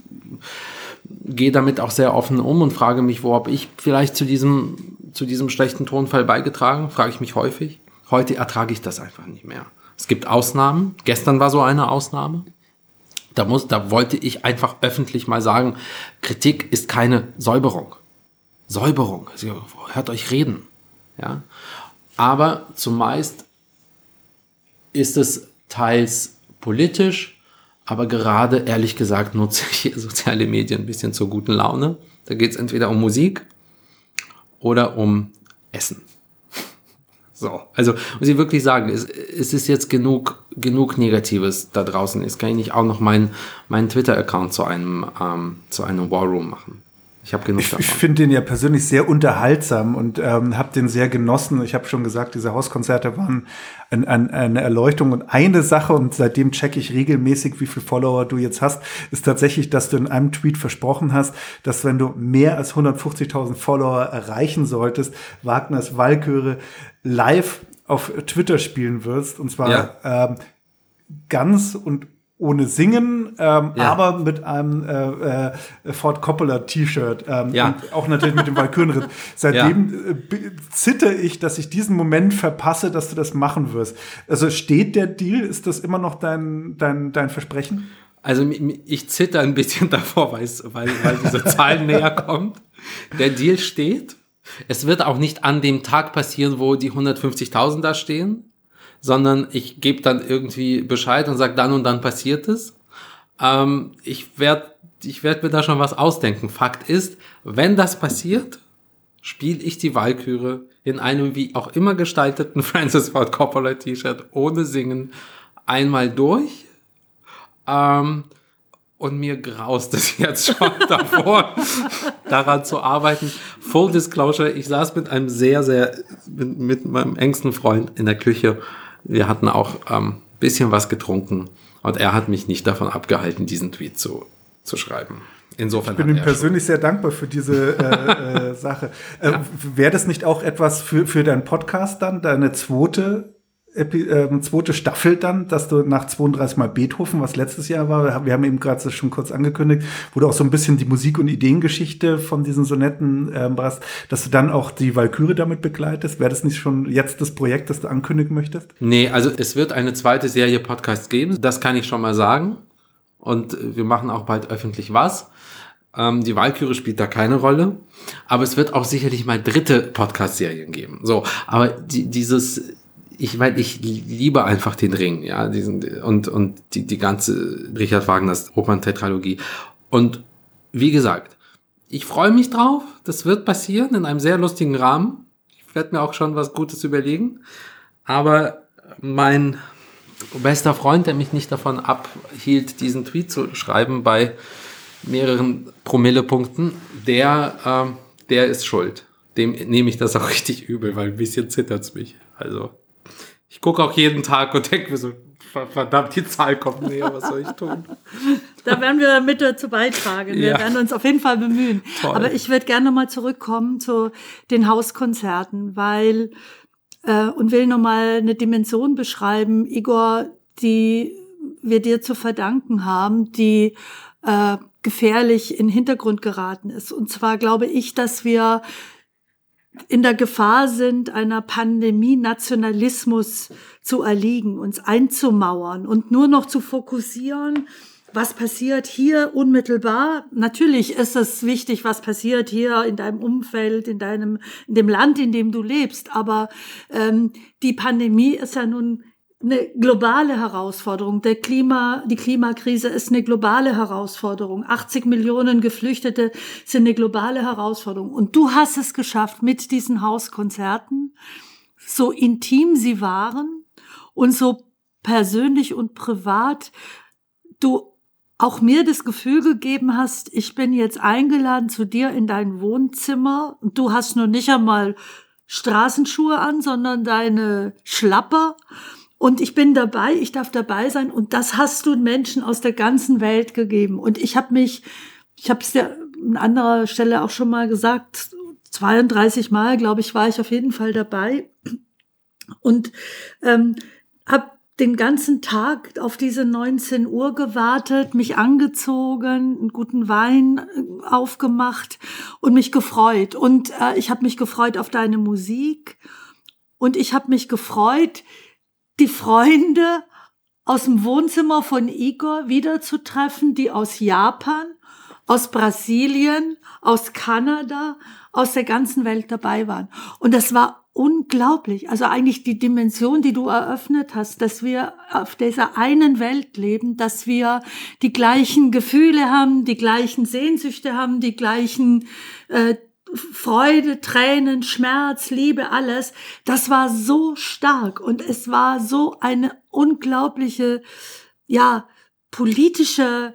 gehe damit auch sehr offen um und frage mich, wo habe ich vielleicht zu diesem, zu diesem schlechten Tonfall beigetragen, frage ich mich häufig. Heute ertrage ich das einfach nicht mehr. Es gibt Ausnahmen. Gestern war so eine Ausnahme. Da muss, da wollte ich einfach öffentlich mal sagen, Kritik ist keine Säuberung. Säuberung. Also, hört euch reden. Ja. Aber zumeist ist es teils politisch, aber gerade, ehrlich gesagt, nutze ich soziale Medien ein bisschen zur guten Laune. Da geht es entweder um Musik oder um Essen. So, also muss ich wirklich sagen, es, es ist jetzt genug, genug Negatives da draußen. Jetzt kann ich nicht auch noch meinen, meinen Twitter-Account zu einem, ähm, zu einem War Room machen. Ich habe genug ich, davon. Ich finde den ja persönlich sehr unterhaltsam und ähm, habe den sehr genossen. Ich habe schon gesagt, diese Hauskonzerte waren ein, ein, eine Erleuchtung. Und eine Sache, und seitdem checke ich regelmäßig, wie viele Follower du jetzt hast, ist tatsächlich, dass du in einem Tweet versprochen hast, dass wenn du mehr als hundertfünfzigtausend Follower erreichen solltest, Wagners Walküre live auf Twitter spielen wirst. Und zwar ja. ähm, ganz und ohne Singen, ähm, ja. aber mit einem äh, äh, Ford Coppola T-Shirt ähm, ja. und auch natürlich mit dem Walkürenritt. Seitdem ja. äh, zitter ich, dass ich diesen Moment verpasse, dass du das machen wirst. Also steht der Deal? Ist das immer noch dein, dein, dein Versprechen? Also ich zitter ein bisschen davor, weil, weil, weil diese Zahl näher kommt. Der Deal steht. Es wird auch nicht an dem Tag passieren, wo die hundertfünfzigtausend da stehen, sondern ich gebe dann irgendwie Bescheid und sage, dann und dann passiert es. Ähm, ich werde ich werd mir da schon was ausdenken. Fakt ist, wenn das passiert, spiele ich die Walküre in einem wie auch immer gestalteten Francis Ford Coppola T-Shirt ohne Singen einmal durch. Ähm, und mir graust es jetzt schon davor, daran zu arbeiten. Full Disclosure, ich saß mit einem sehr, sehr, mit, mit meinem engsten Freund in der Küche. Wir hatten auch ähm, bisschen was getrunken und er hat mich nicht davon abgehalten, diesen Tweet zu, zu schreiben. Insofern ich bin ihm persönlich schon. sehr dankbar für diese äh, äh, Sache. Äh, ja. Wäre das nicht auch etwas für, für deinen Podcast dann, deine zweite Epi- äh, zweite Staffel dann, dass du nach zweiunddreißig Mal Beethoven, was letztes Jahr war, wir haben eben gerade schon kurz angekündigt, wo du auch so ein bisschen die Musik- und Ideengeschichte von diesen Sonetten äh, hast, dass du dann auch die Walküre damit begleitest. Wäre das nicht schon jetzt das Projekt, das du ankündigen möchtest? Nee, also es wird eine zweite Serie Podcast geben, das kann ich schon mal sagen. Und wir machen auch bald öffentlich was. Ähm, die Walküre spielt da keine Rolle. Aber es wird auch sicherlich mal dritte Podcast-Serien geben. So, aber die, dieses... Ich weil ich liebe einfach den Ring, ja, diesen und und die die ganze Richard Wagners Opern-Tetralogie. Und wie gesagt, ich freue mich drauf. Das wird passieren in einem sehr lustigen Rahmen. Ich werde mir auch schon was Gutes überlegen. Aber mein bester Freund, der mich nicht davon abhielt, diesen Tweet zu schreiben bei mehreren Promillepunkten, der ähm, der ist schuld. Dem nehme ich das auch richtig übel, weil ein bisschen zittert's mich. Also ich gucke auch jeden Tag und denke mir so, verdammt, die Zahl kommt näher, was soll ich tun? Da werden wir mit dazu beitragen. Wir ja. werden uns auf jeden Fall bemühen. Toll. Aber ich würde gerne nochmal zurückkommen zu den Hauskonzerten, weil äh, und will nochmal eine Dimension beschreiben, Igor, die wir dir zu verdanken haben, die äh, gefährlich in den Hintergrund geraten ist. Und zwar glaube ich, dass wir in der Gefahr sind, einer Pandemie Nationalismus zu erliegen, uns einzumauern und nur noch zu fokussieren, was passiert hier unmittelbar. Natürlich ist es wichtig, was passiert hier in deinem Umfeld, in deinem, in dem Land, in dem du lebst. Aber ähm, die Pandemie ist ja nun eine globale Herausforderung. Der Klima, die Klimakrise ist eine globale Herausforderung. achtzig Millionen Geflüchtete sind eine globale Herausforderung. Und du hast es geschafft, mit diesen Hauskonzerten, so intim sie waren und so persönlich und privat, du auch mir das Gefühl gegeben hast, ich bin jetzt eingeladen zu dir in dein Wohnzimmer und du hast nur nicht einmal Straßenschuhe an, sondern deine Schlapper. Und ich bin dabei, ich darf dabei sein und das hast du Menschen aus der ganzen Welt gegeben. Und ich habe mich, ich habe es ja an anderer Stelle auch schon mal gesagt, zweiunddreißig Mal, glaube ich, war ich auf jeden Fall dabei und ähm, habe den ganzen Tag auf diese neunzehn Uhr gewartet, mich angezogen, einen guten Wein aufgemacht und mich gefreut. Und äh, ich habe mich gefreut auf deine Musik und ich habe mich gefreut, die Freunde aus dem Wohnzimmer von Igor wiederzutreffen, die aus Japan, aus Brasilien, aus Kanada, aus der ganzen Welt dabei waren. Und das war unglaublich. Also eigentlich die Dimension, die du eröffnet hast, dass wir auf dieser einen Welt leben, dass wir die gleichen Gefühle haben, die gleichen Sehnsüchte haben, die gleichen äh, Freude, Tränen, Schmerz, Liebe, alles, das war so stark und es war so eine unglaubliche, ja, politische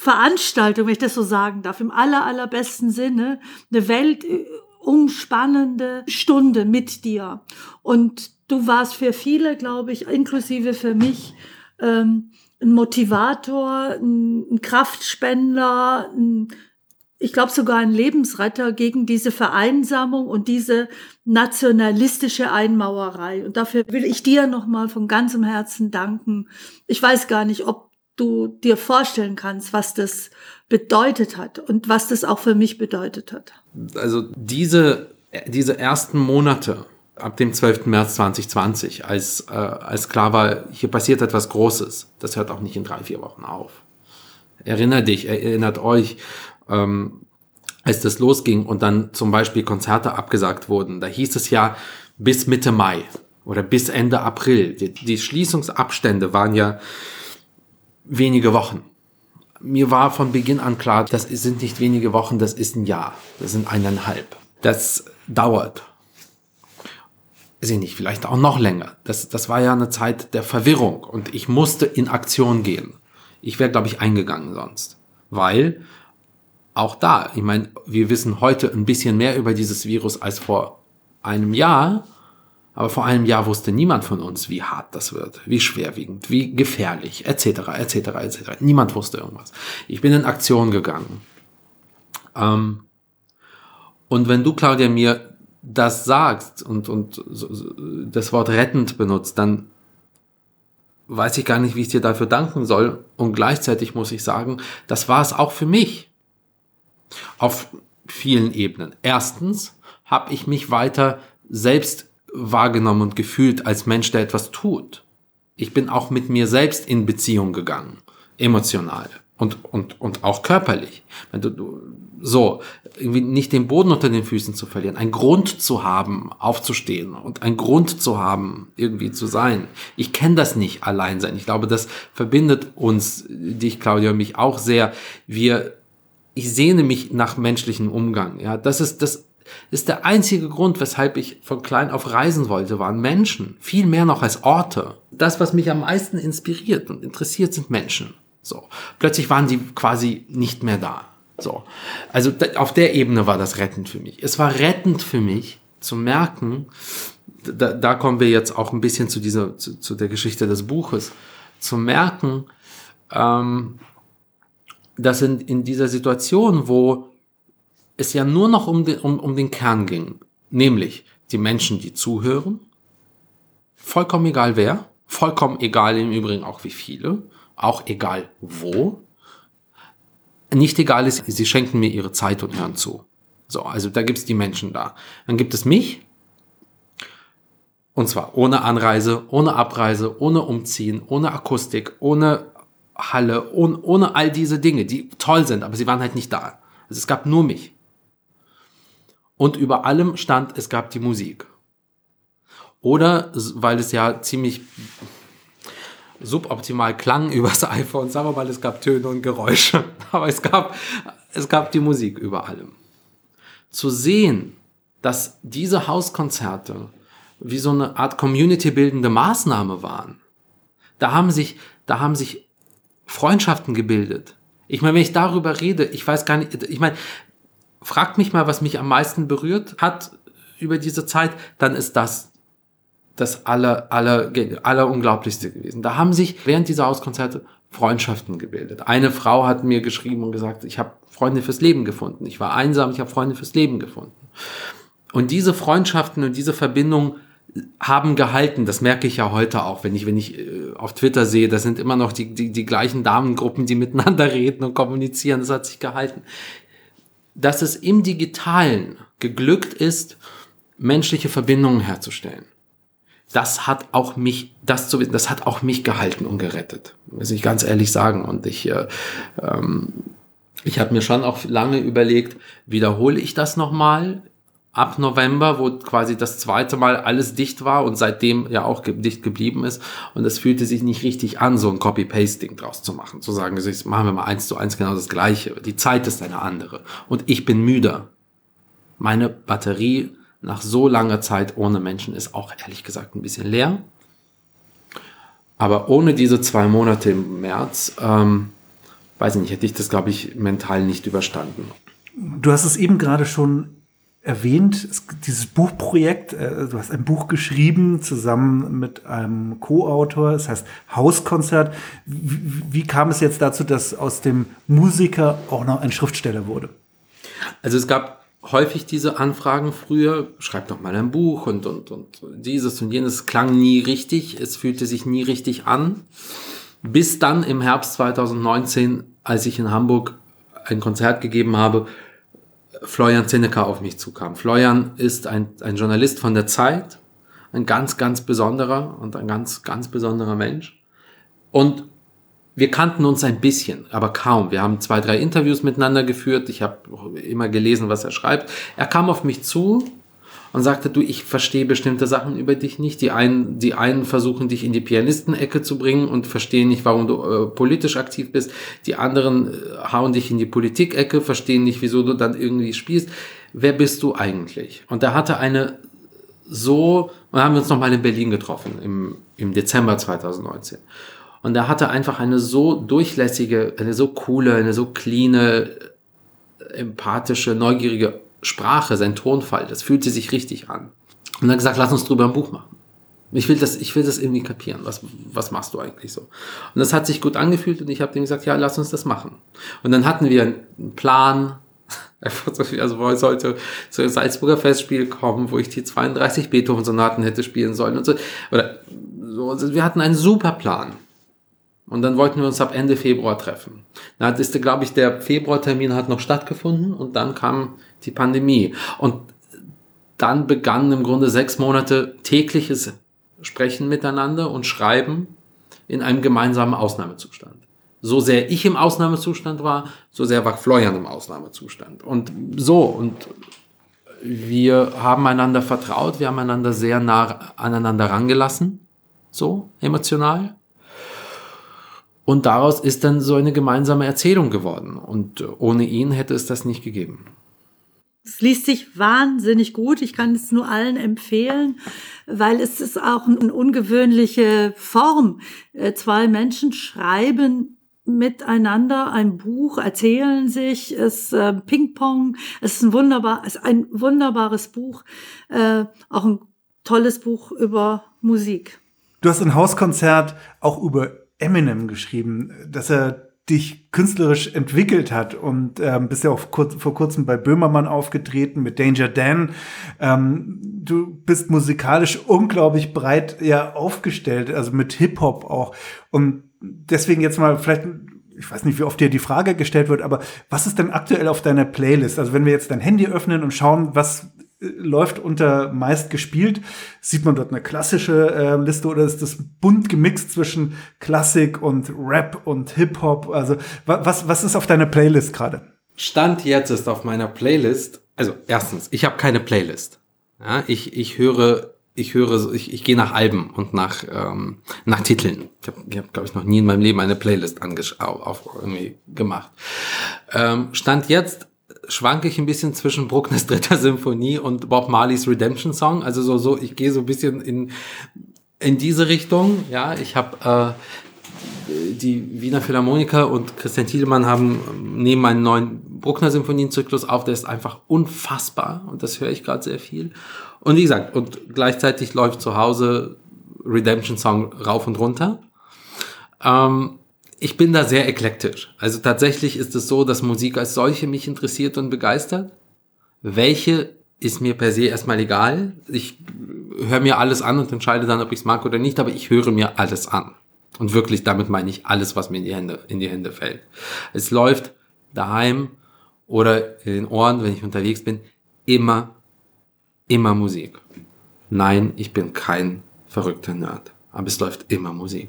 Veranstaltung, wenn ich das so sagen darf, im aller, allerbesten Sinne, eine weltumspannende Stunde mit dir. Und du warst für viele, glaube ich, inklusive für mich, ähm, ein Motivator, ein, ein Kraftspender, ein, ich glaube sogar ein Lebensretter gegen diese Vereinsamung und diese nationalistische Einmauerei. Und dafür will ich dir nochmal von ganzem Herzen danken. Ich weiß gar nicht, ob du dir vorstellen kannst, was das bedeutet hat und was das auch für mich bedeutet hat. Also diese, diese ersten Monate ab dem zwölften März zweitausendzwanzig, als, äh, als klar war, hier passiert etwas Großes, das hört auch nicht in drei, vier Wochen auf. Erinnert dich, erinnert euch, ähm, als das losging und dann zum Beispiel Konzerte abgesagt wurden, da hieß es ja bis Mitte Mai oder bis Ende April. Die, die Schließungsabstände waren ja wenige Wochen. Mir war von Beginn an klar, das sind nicht wenige Wochen, das ist ein Jahr, das sind eineinhalb. Das dauert. Weiß ich nicht, vielleicht auch noch länger. Das, das war ja eine Zeit der Verwirrung und ich musste in Aktion gehen. Ich wäre, glaube ich, eingegangen sonst. Weil auch da, ich meine, wir wissen heute ein bisschen mehr über dieses Virus als vor einem Jahr, aber vor einem Jahr wusste niemand von uns, wie hart das wird, wie schwerwiegend, wie gefährlich, et cetera, et cetera, et cetera. Niemand wusste irgendwas. Ich bin in Aktion gegangen. Ähm, und wenn du, Claudia, mir das sagst und, und das Wort rettend benutzt, dann weiß ich gar nicht, wie ich dir dafür danken soll. Und gleichzeitig muss ich sagen, das war es auch für mich. Auf vielen Ebenen. Erstens habe ich mich weiter selbst wahrgenommen und gefühlt als Mensch, der etwas tut. Ich bin auch mit mir selbst in Beziehung gegangen. Emotional. Und, und, und auch körperlich. Wenn du, du, so, irgendwie nicht den Boden unter den Füßen zu verlieren, einen Grund zu haben, aufzustehen und einen Grund zu haben, irgendwie zu sein. Ich kenne das nicht, allein sein. Ich glaube, das verbindet uns, dich, Claudia, und mich auch sehr. Wir, ich sehne mich nach menschlichem Umgang. Ja, das ist, das ist der einzige Grund, weshalb ich von klein auf reisen wollte, waren Menschen. Viel mehr noch als Orte. Das, was mich am meisten inspiriert und interessiert, sind Menschen. So. Plötzlich waren die quasi nicht mehr da. So. Also da, auf der Ebene war das rettend für mich. Es war rettend für mich zu merken, da, da kommen wir jetzt auch ein bisschen zu dieser, zu, zu der Geschichte des Buches, zu merken, ähm, dass in, in dieser Situation, wo es ja nur noch um den, um, um den Kern ging, nämlich die Menschen, die zuhören, vollkommen egal wer, vollkommen egal im Übrigen auch wie viele, auch egal wo, nicht egal ist, sie schenken mir ihre Zeit und hören zu. So, also da gibt's die Menschen da. Dann gibt es mich, und zwar ohne Anreise, ohne Abreise, ohne Umziehen, ohne Akustik, ohne Halle, ohne, ohne all diese Dinge, die toll sind, aber sie waren halt nicht da. Also es gab nur mich. Und über allem stand, es gab die Musik. Oder, weil es ja ziemlich suboptimal klang übers iPhone, sagen wir mal, es gab Töne und Geräusche, aber es gab, es gab die Musik über allem. Zu sehen, dass diese Hauskonzerte wie so eine Art community-bildende Maßnahme waren, da haben sich, da haben sich Freundschaften gebildet. Ich meine, wenn ich darüber rede, ich weiß gar nicht, ich meine, fragt mich mal, was mich am meisten berührt hat über diese Zeit, dann ist das das aller, aller, aller Unglaublichste gewesen. Da haben sich während dieser Hauskonzerte Freundschaften gebildet. Eine Frau hat mir geschrieben und gesagt, ich habe Freunde fürs Leben gefunden. Ich war einsam, ich habe Freunde fürs Leben gefunden. Und diese Freundschaften und diese Verbindungen haben gehalten. Das merke ich ja heute auch, wenn ich, wenn ich äh, auf Twitter sehe, das sind immer noch die, die, die gleichen Damengruppen, die miteinander reden und kommunizieren. Das hat sich gehalten. Dass es im Digitalen geglückt ist, menschliche Verbindungen herzustellen. Das hat auch mich, das zu wissen, das hat auch mich gehalten und gerettet. Muss ich ganz ehrlich sagen. Und ich, äh, ähm, ich habe mir schon auch lange überlegt, wiederhole ich das nochmal ab November, wo quasi das zweite Mal alles dicht war und seitdem ja auch ge- dicht geblieben ist. Und es fühlte sich nicht richtig an, so ein Copy-Paste-Ding draus zu machen. Zu sagen, also machen wir mal eins zu eins genau das Gleiche. Die Zeit ist eine andere. Und ich bin müde. Meine Batterie nach so langer Zeit ohne Menschen ist auch ehrlich gesagt ein bisschen leer. Aber ohne diese zwei Monate im März ähm, weiß nicht, hätte ich das, glaube ich, mental nicht überstanden. Du hast es eben gerade schon erwähnt, es, dieses Buchprojekt, äh, du hast ein Buch geschrieben zusammen mit einem Co-Autor, das heißt Hauskonzert. Wie, wie kam es jetzt dazu, dass aus dem Musiker auch noch ein Schriftsteller wurde? Also es gab häufig diese Anfragen früher, schreib doch mal ein Buch und, und, und dieses und jenes. Es klang nie richtig, es fühlte sich nie richtig an. Bis dann im Herbst zwanzig neunzehn, als ich in Hamburg ein Konzert gegeben habe, Florian Zinneka auf mich zukam. Florian ist ein, ein Journalist von der Zeit, ein ganz, ganz besonderer und ein ganz, ganz besonderer Mensch. Und wir kannten uns ein bisschen, aber kaum. Wir haben zwei, drei Interviews miteinander geführt. Ich habe immer gelesen, was er schreibt. Er kam auf mich zu und sagte, du, ich verstehe bestimmte Sachen über dich nicht. Die einen, die einen versuchen, dich in die Pianistenecke zu bringen und verstehen nicht, warum du äh, politisch aktiv bist. Die anderen äh, hauen dich in die Politikecke, verstehen nicht, wieso du dann irgendwie spielst. Wer bist du eigentlich? Und er hatte eine so, wir haben uns nochmal in Berlin getroffen, im, im Dezember zwanzig neunzehn. Und er hatte einfach eine so durchlässige, eine so coole, eine so cleane, empathische, neugierige Sprache, sein Tonfall, das fühlte sich richtig an. Und dann gesagt, lass uns drüber ein Buch machen. Ich will das, ich will das irgendwie kapieren. Was, was machst du eigentlich so? Und das hat sich gut angefühlt und ich habe ihm gesagt, ja, lass uns das machen. Und dann hatten wir einen Plan, also wo ich sollte zu Salzburger Festspiel kommen, wo ich die zweiunddreißig Beethoven-Sonaten hätte spielen sollen und so. Oder so. Also wir hatten einen super Plan. Und dann wollten wir uns ab Ende Februar treffen. Da ist, glaube ich, der Februartermin hat noch stattgefunden und dann kam die Pandemie. Und dann begannen im Grunde sechs Monate tägliches Sprechen miteinander und Schreiben in einem gemeinsamen Ausnahmezustand. So sehr ich im Ausnahmezustand war, so sehr war Florian im Ausnahmezustand. Und so, und wir haben einander vertraut, wir haben einander sehr nah aneinander rangelassen, so emotional. Und daraus ist dann so eine gemeinsame Erzählung geworden. Und ohne ihn hätte es das nicht gegeben. Es liest sich wahnsinnig gut. Ich kann es nur allen empfehlen, weil es ist auch eine ungewöhnliche Form. Zwei Menschen schreiben miteinander ein Buch, erzählen sich, es äh, Ping-Pong. Es ist ein wunderbar, es ist ein wunderbares Buch, äh, auch ein tolles Buch über Musik. Du hast ein Hauskonzert auch über Eminem geschrieben, dass er dich künstlerisch entwickelt hat und ähm, bist ja auch kurz, vor kurzem bei Böhmermann aufgetreten mit Danger Dan. Ähm, du bist musikalisch unglaublich breit ja aufgestellt, also mit Hip-Hop auch. Und deswegen jetzt mal vielleicht, ich weiß nicht, wie oft dir die Frage gestellt wird, aber was ist denn aktuell auf deiner Playlist? Also wenn wir jetzt dein Handy öffnen und schauen, was läuft unter meist gespielt, sieht man dort eine klassische äh, Liste oder ist das bunt gemixt zwischen Klassik und Rap und Hip-Hop? Also wa- was, was ist auf deiner Playlist gerade? Stand jetzt ist auf meiner Playlist, also erstens, ich habe keine Playlist. Ja, ich, ich höre, ich höre, ich, ich gehe nach Alben und nach, ähm, nach Titeln. Ich habe, ich hab, glaube ich, noch nie in meinem Leben eine Playlist angesch- auf, auf irgendwie gemacht. Ähm, Stand jetzt schwanke ich ein bisschen zwischen Bruckners dritter Symphonie und Bob Marleys Redemption Song. Also so, so, ich gehe so ein bisschen in, in diese Richtung. Ja, ich habe äh, die Wiener Philharmoniker und Christian Thielemann haben neben einen neuen Bruckner Symphonienzyklus auf, der ist einfach unfassbar und das höre ich gerade sehr viel. Und wie gesagt, und gleichzeitig läuft zu Hause Redemption Song rauf und runter. Ähm, Ich bin da sehr eklektisch. Also tatsächlich ist es so, dass Musik als solche mich interessiert und begeistert. Welche ist mir per se erstmal egal. Ich höre mir alles an und entscheide dann, ob ich es mag oder nicht, aber ich höre mir alles an. Und wirklich, damit meine ich alles, was mir in die Hände, in die Hände fällt. Es läuft daheim oder in den Ohren, wenn ich unterwegs bin, immer, immer Musik. Nein, ich bin kein verrückter Nerd, aber es läuft immer Musik.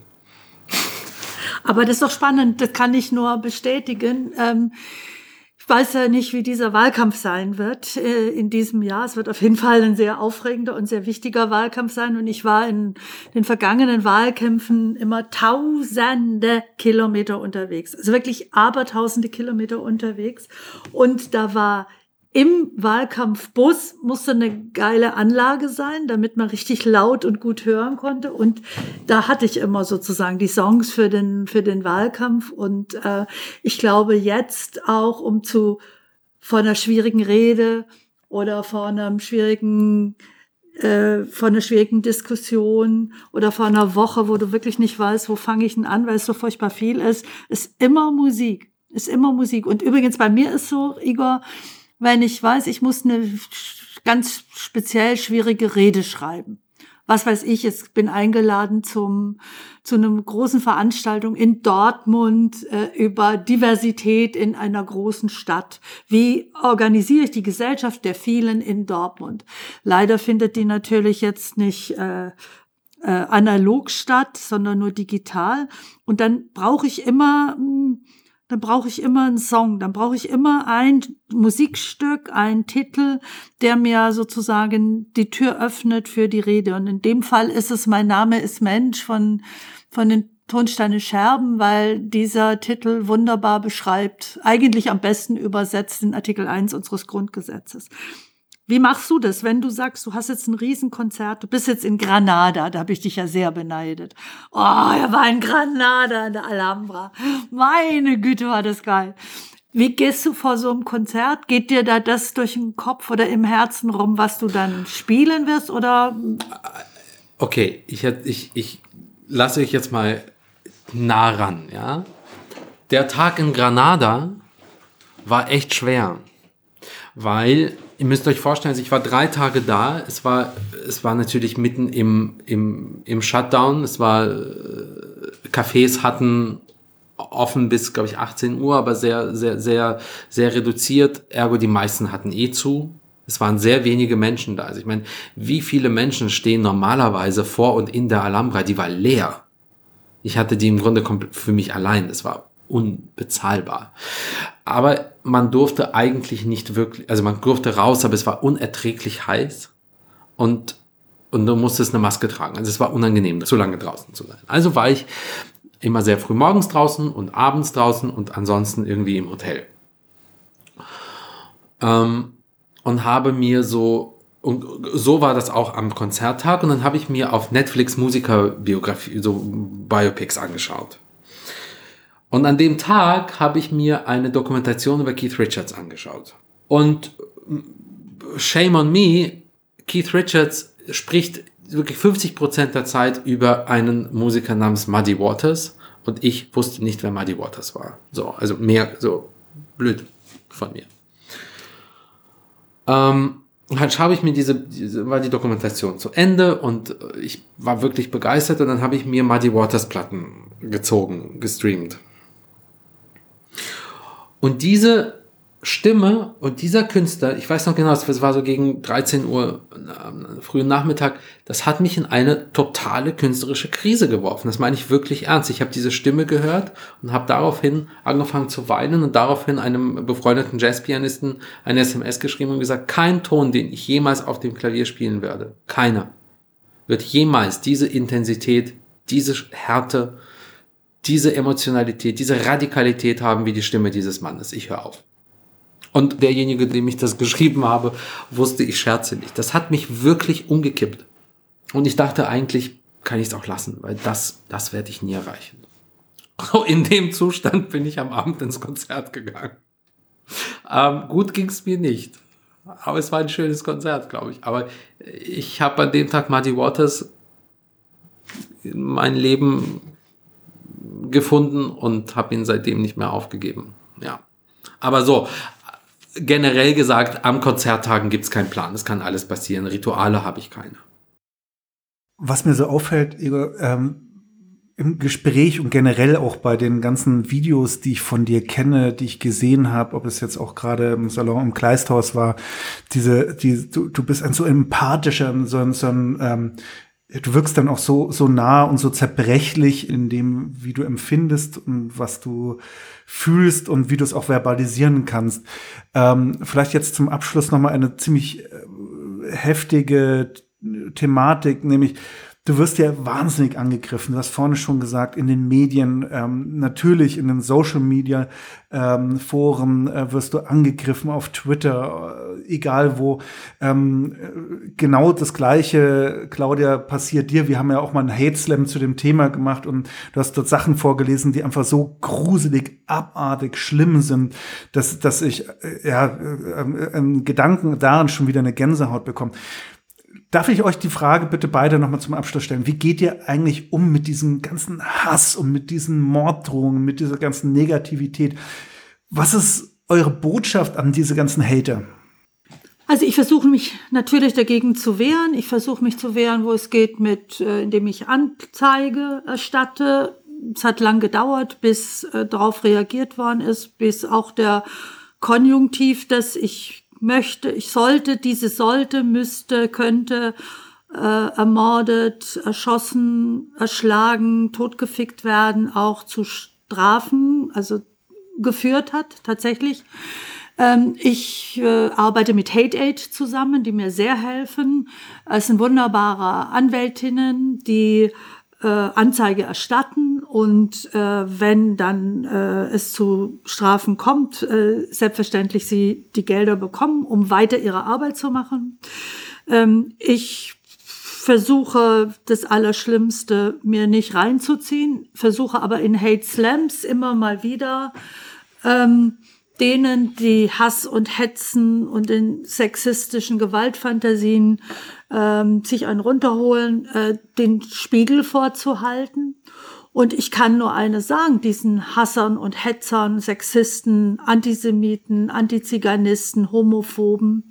Aber das ist doch spannend, das kann ich nur bestätigen. Ähm, ich weiß ja nicht, wie dieser Wahlkampf sein wird äh, in diesem Jahr. Es wird auf jeden Fall ein sehr aufregender und sehr wichtiger Wahlkampf sein. Und ich war in den vergangenen Wahlkämpfen immer tausende Kilometer unterwegs. Also wirklich abertausende Kilometer unterwegs. Und da war im Wahlkampfbus musste eine geile Anlage sein, damit man richtig laut und gut hören konnte. Und da hatte ich immer sozusagen die Songs für den, für den Wahlkampf. Und äh, ich glaube jetzt auch, um zu vor einer schwierigen Rede oder vor einem schwierigen, äh, vor einer schwierigen Diskussion oder vor einer Woche, wo du wirklich nicht weißt, wo fange ich denn an, weil es so furchtbar viel ist, ist immer Musik. Ist immer Musik. Und übrigens bei mir ist so, Igor, wenn ich weiß, ich muss eine ganz speziell schwierige Rede schreiben. Was weiß ich, ich bin eingeladen zum zu einer großen Veranstaltung in Dortmund äh, über Diversität in einer großen Stadt. Wie organisiere ich die Gesellschaft der vielen in Dortmund? Leider findet die natürlich jetzt nicht äh, äh, analog statt, sondern nur digital. Und dann brauche ich immer... Mh, dann brauche ich immer einen Song, dann brauche ich immer ein Musikstück, einen Titel, der mir sozusagen die Tür öffnet für die Rede. Und in dem Fall ist es Mein Name ist Mensch von, von den Tonsteine Scherben, weil dieser Titel wunderbar beschreibt, eigentlich am besten übersetzt den Artikel eins unseres Grundgesetzes. Wie machst du das, wenn du sagst, du hast jetzt ein Riesenkonzert, du bist jetzt in Granada, da habe ich dich ja sehr beneidet. Oh, er war in Granada in der Alhambra. Meine Güte, war das geil. Wie gehst du vor so einem Konzert? Geht dir da das durch den Kopf oder im Herzen rum, was du dann spielen wirst? Oder? Okay, ich, ich, ich lasse euch jetzt mal nah ran. Ja? Der Tag in Granada war echt schwer, weil... Ihr müsst euch vorstellen, also ich war drei Tage da. Es war, es war natürlich mitten im, im, im Shutdown. Es war, äh, Cafés hatten offen bis, glaube ich, achtzehn Uhr, aber sehr, sehr, sehr, sehr reduziert. Ergo, die meisten hatten eh zu. Es waren sehr wenige Menschen da. Also ich meine, wie viele Menschen stehen normalerweise vor und in der Alhambra? Die war leer. Ich hatte die im Grunde komplett für mich allein. Das war unbezahlbar. Aber man durfte eigentlich nicht wirklich, also man durfte raus, aber es war unerträglich heiß und, und du musstest eine Maske tragen. Also es war unangenehm, so lange draußen zu sein. Also war ich immer sehr früh morgens draußen und abends draußen und ansonsten irgendwie im Hotel. Ähm, und habe mir so, und so war das auch am Konzerttag, und dann habe ich mir auf Netflix Musikerbiografie, so Biopics angeschaut. Und an dem Tag habe ich mir eine Dokumentation über Keith Richards angeschaut. Und shame on me, Keith Richards spricht wirklich fünfzig Prozent der Zeit über einen Musiker namens Muddy Waters. Und ich wusste nicht, wer Muddy Waters war. So, also mehr, so blöd von mir. Ähm, dann habe ich mir diese, diese, war die Dokumentation zu Ende und ich war wirklich begeistert. Und dann habe ich mir Muddy Waters Platten gezogen, gestreamt. Und diese Stimme und dieser Künstler, ich weiß noch genau, es war so gegen dreizehn Uhr am frühen Nachmittag, das hat mich in eine totale künstlerische Krise geworfen. Das meine ich wirklich ernst. Ich habe diese Stimme gehört und habe daraufhin angefangen zu weinen und daraufhin einem befreundeten Jazzpianisten eine S M S geschrieben und gesagt, kein Ton, den ich jemals auf dem Klavier spielen werde, keiner, wird jemals diese Intensität, diese Härte, diese Emotionalität, diese Radikalität haben wie die Stimme dieses Mannes. Ich höre auf. Und derjenige, dem ich das geschrieben habe, wusste, ich scherze nicht. Das hat mich wirklich umgekippt. Und ich dachte, eigentlich kann ich es auch lassen, weil das, das werde ich nie erreichen. In dem Zustand bin ich am Abend ins Konzert gegangen. Ähm, gut ging es mir nicht. Aber es war ein schönes Konzert, glaube ich. Aber ich habe an dem Tag Muddy Waters in mein Leben gefunden und habe ihn seitdem nicht mehr aufgegeben. Ja. Aber so, generell gesagt, am Konzerttagen gibt es keinen Plan. Es kann alles passieren. Rituale habe ich keine. Was mir so auffällt, Igor, ähm, im Gespräch und generell auch bei den ganzen Videos, die ich von dir kenne, die ich gesehen habe, ob es jetzt auch gerade im Salon im Kleisthaus war, diese, die, du, du bist ein so empathischer, so ein, so ein ähm, du wirkst dann auch so, so nah und so zerbrechlich in dem, wie du empfindest und was du fühlst und wie du es auch verbalisieren kannst. Ähm, vielleicht jetzt zum Abschluss nochmal eine ziemlich äh, heftige Thematik, nämlich Du wirst ja wahnsinnig angegriffen. Du hast vorne schon gesagt, in den Medien, ähm, natürlich in den Social Media ähm, Foren äh, wirst du angegriffen, auf Twitter, äh, egal wo. Ähm, genau das Gleiche, Claudia, passiert dir. Wir haben ja auch mal einen Hate Slam zu dem Thema gemacht und du hast dort Sachen vorgelesen, die einfach so gruselig, abartig, schlimm sind, dass, dass ich äh, ja äh, äh, Gedanken daran schon wieder eine Gänsehaut bekomme. Darf ich euch die Frage bitte beide nochmal zum Abschluss stellen? Wie geht ihr eigentlich um mit diesem ganzen Hass und mit diesen Morddrohungen, mit dieser ganzen Negativität? Was ist eure Botschaft an diese ganzen Hater? Also ich versuche mich natürlich dagegen zu wehren. Ich versuche mich zu wehren, wo es geht, mit, äh, indem ich Anzeige erstatte. Es hat lang gedauert, bis äh, darauf reagiert worden ist, bis auch der Konjunktiv, dass ich möchte, ich sollte, diese sollte, müsste, könnte, äh, ermordet, erschossen, erschlagen, totgefickt werden, auch zu Strafen, also geführt hat, tatsächlich. Ähm, ich äh, arbeite mit Hate Aid zusammen, die mir sehr helfen. Es sind wunderbare Anwältinnen, die äh, Anzeige erstatten und äh, wenn dann äh, es zu Strafen kommt, äh, selbstverständlich sie die Gelder bekommen, um weiter ihre Arbeit zu machen. Ähm, ich versuche das Allerschlimmste mir nicht reinzuziehen, versuche aber in Hate Slams immer mal wieder ähm, denen, die Hass und Hetzen und in sexistischen Gewaltfantasien ähm, sich einen runterholen, äh, den Spiegel vorzuhalten. Und ich kann nur eines sagen, diesen Hassern und Hetzern, Sexisten, Antisemiten, Antiziganisten, Homophoben,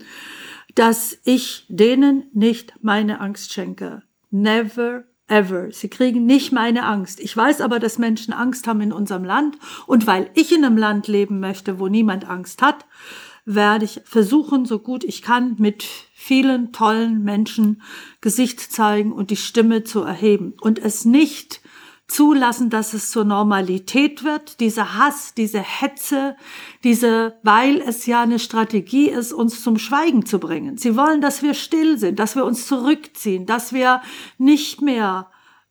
dass ich denen nicht meine Angst schenke. Never ever. Sie kriegen nicht meine Angst. Ich weiß aber, dass Menschen Angst haben in unserem Land. Und weil ich in einem Land leben möchte, wo niemand Angst hat, werde ich versuchen, so gut ich kann, mit vielen tollen Menschen Gesicht zeigen und die Stimme zu erheben. Und es nicht zulassen, dass es zur Normalität wird, dieser Hass, diese Hetze, diese, weil es ja eine Strategie ist, uns zum Schweigen zu bringen. Sie wollen, dass wir still sind, dass wir uns zurückziehen, dass wir nicht mehr,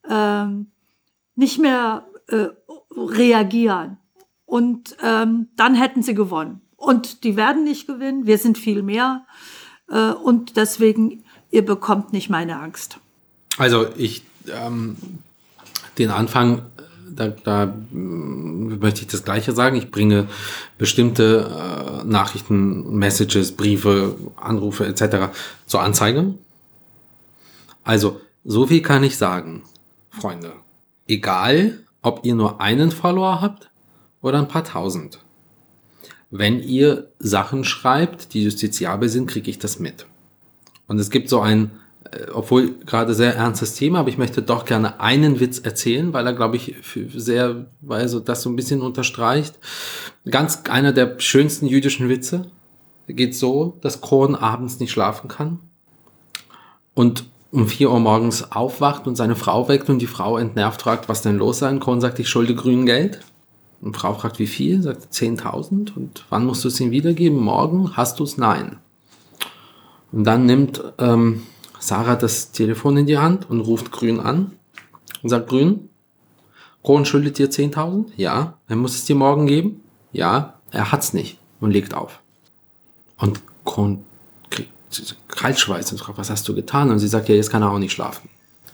ähm, nicht mehr äh, reagieren. Und ähm, dann hätten sie gewonnen. Und die werden nicht gewinnen, wir sind viel mehr. Äh, und deswegen, ihr bekommt nicht meine Angst. Also ich... Ähm Den Anfang, da, da möchte ich das Gleiche sagen. Ich bringe bestimmte äh, Nachrichten, Messages, Briefe, Anrufe et cetera zur Anzeige. Also, so viel kann ich sagen, Freunde. Egal, ob ihr nur einen Follower habt oder ein paar tausend. Wenn ihr Sachen schreibt, die justiziabel sind, kriege ich das mit. Und es gibt so ein obwohl gerade sehr ernstes Thema, aber ich möchte doch gerne einen Witz erzählen, weil er, glaube ich, sehr, weil so das so ein bisschen unterstreicht. Ganz einer der schönsten jüdischen Witze. Der geht so, dass Kron abends nicht schlafen kann und um vier Uhr morgens aufwacht und seine Frau weckt und die Frau entnervt fragt, was denn los sei. Und Kron sagt, ich schulde grün Geld. Und die Frau fragt, wie viel? Sagt zehntausend. Und wann musst du es ihm wiedergeben? Morgen? Hast du es? Nein. Und dann nimmt ähm, Sarah das Telefon in die Hand und ruft Grün an und sagt, Grün, Kron schuldet dir zehntausend? Ja. Er muss es dir morgen geben? Ja. Er hat's nicht und legt auf. Und Kron kriegt Kaltschweiß und fragt, was hast du getan? Und sie sagt, ja, jetzt kann er auch nicht schlafen.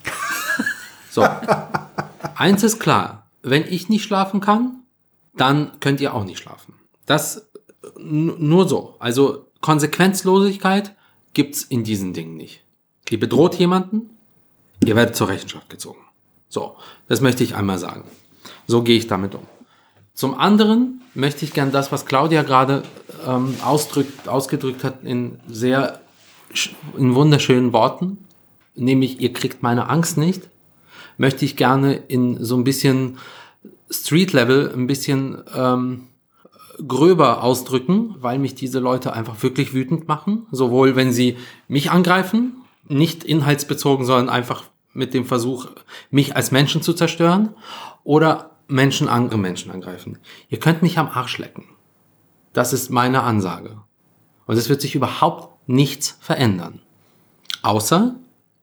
So. Eins ist klar, wenn ich nicht schlafen kann, dann könnt ihr auch nicht schlafen. Das n- nur so. Also Konsequenzlosigkeit gibt's in diesen Dingen nicht. Ihr bedroht jemanden, ihr werdet zur Rechenschaft gezogen. So, das möchte ich einmal sagen. So gehe ich damit um. Zum anderen möchte ich gern das, was Claudia gerade ähm, ausdrückt, ausgedrückt hat, in sehr, in wunderschönen Worten, nämlich ihr kriegt meine Angst nicht, möchte ich gerne in so ein bisschen Street-Level, ein bisschen ähm, gröber ausdrücken, weil mich diese Leute einfach wirklich wütend machen. Sowohl wenn sie mich angreifen, nicht inhaltsbezogen, sondern einfach mit dem Versuch, mich als Menschen zu zerstören, oder Menschen andere Menschen angreifen. Ihr könnt mich am Arsch lecken. Das ist meine Ansage. Und es wird sich überhaupt nichts verändern. Außer,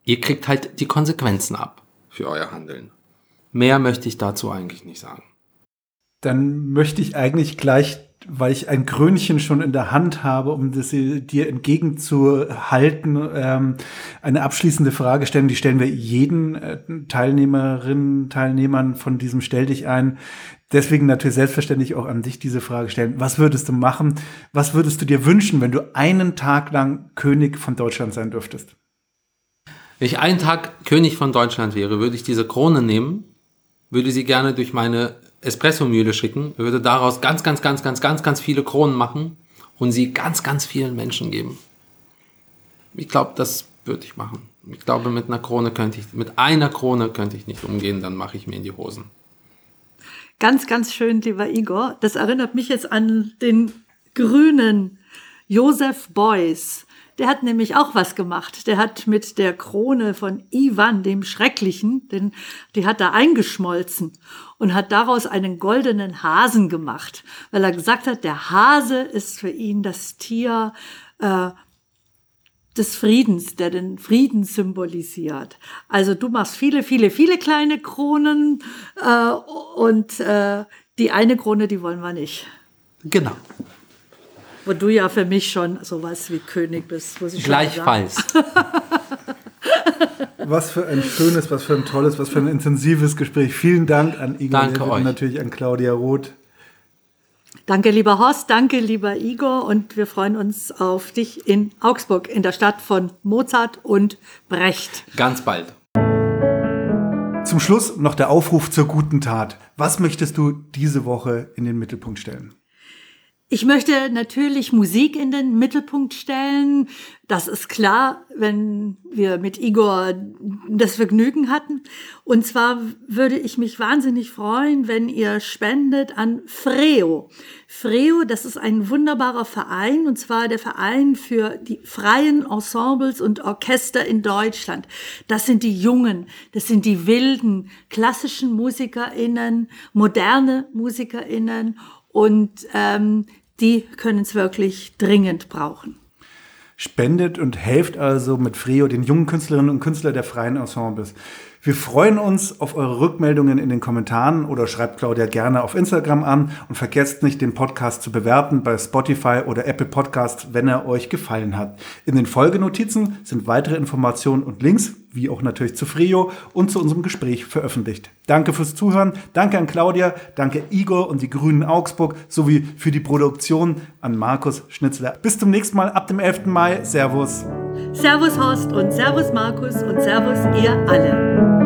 Ihr kriegt halt die Konsequenzen ab für euer Handeln. Mehr möchte ich dazu eigentlich nicht sagen. Dann möchte ich eigentlich gleich, weil ich ein Krönchen schon in der Hand habe, um das dir entgegenzuhalten, ähm, eine abschließende Frage stellen. Die stellen wir jeden äh, Teilnehmerinnen, Teilnehmern von diesem Stell dich ein. Deswegen natürlich selbstverständlich auch an dich diese Frage stellen. Was würdest du machen? Was würdest du dir wünschen, wenn du einen Tag lang König von Deutschland sein dürftest? Wenn ich einen Tag König von Deutschland wäre, würde ich diese Krone nehmen, würde sie gerne durch meine Espressomühle schicken, würde daraus ganz, ganz, ganz, ganz, ganz, ganz viele Kronen machen und sie ganz, ganz vielen Menschen geben. Ich glaube, das würde ich machen. Ich glaube, mit einer Krone könnte ich, mit einer Krone könnte ich nicht umgehen, dann mache ich mir in die Hosen. Ganz, ganz schön, lieber Igor. Das erinnert mich jetzt an den grünen Joseph Beuys. Der hat nämlich auch was gemacht. Der hat mit der Krone von Iwan, dem Schrecklichen, den, die hat er eingeschmolzen und hat daraus einen goldenen Hasen gemacht, weil er gesagt hat, der Hase ist für ihn das Tier äh, des Friedens, der den Frieden symbolisiert. Also du machst viele, viele, viele kleine Kronen äh, und äh, die eine Krone, die wollen wir nicht. Genau. Wo du ja für mich schon sowas wie König bist, muss ich Gleichfalls. schon sagen. Was für ein schönes, was für ein tolles, was für ein intensives Gespräch. Vielen Dank an Igor Danke Levit euch. Und natürlich an Claudia Roth. Danke, lieber Horst, danke, lieber Igor. Und wir freuen uns auf dich in Augsburg, in der Stadt von Mozart und Brecht. Ganz bald. Zum Schluss noch der Aufruf zur guten Tat. Was möchtest du diese Woche in den Mittelpunkt stellen? Ich möchte natürlich Musik in den Mittelpunkt stellen. Das ist klar, wenn wir mit Igor das Vergnügen hatten. Und zwar würde ich mich wahnsinnig freuen, wenn ihr spendet an Freo. Freo, das ist ein wunderbarer Verein, und zwar der Verein für die freien Ensembles und Orchester in Deutschland. Das sind die Jungen, das sind die wilden, klassischen MusikerInnen, moderne MusikerInnen. Und ähm, die können es wirklich dringend brauchen. Spendet und helft also mit Freo den jungen Künstlerinnen und Künstlern der freien Ensembles. Wir freuen uns auf eure Rückmeldungen in den Kommentaren oder schreibt Claudia gerne auf Instagram an und vergesst nicht, den Podcast zu bewerten bei Spotify oder Apple Podcasts, wenn er euch gefallen hat. In den Folgenotizen sind weitere Informationen und Links, wie auch natürlich zu Freo und zu unserem Gespräch veröffentlicht. Danke fürs Zuhören, danke an Claudia, danke Igor und die Grünen Augsburg sowie für die Produktion an Markus Schnitzler. Bis zum nächsten Mal ab dem elften Mai. Servus. Servus Horst und Servus Markus und Servus ihr alle.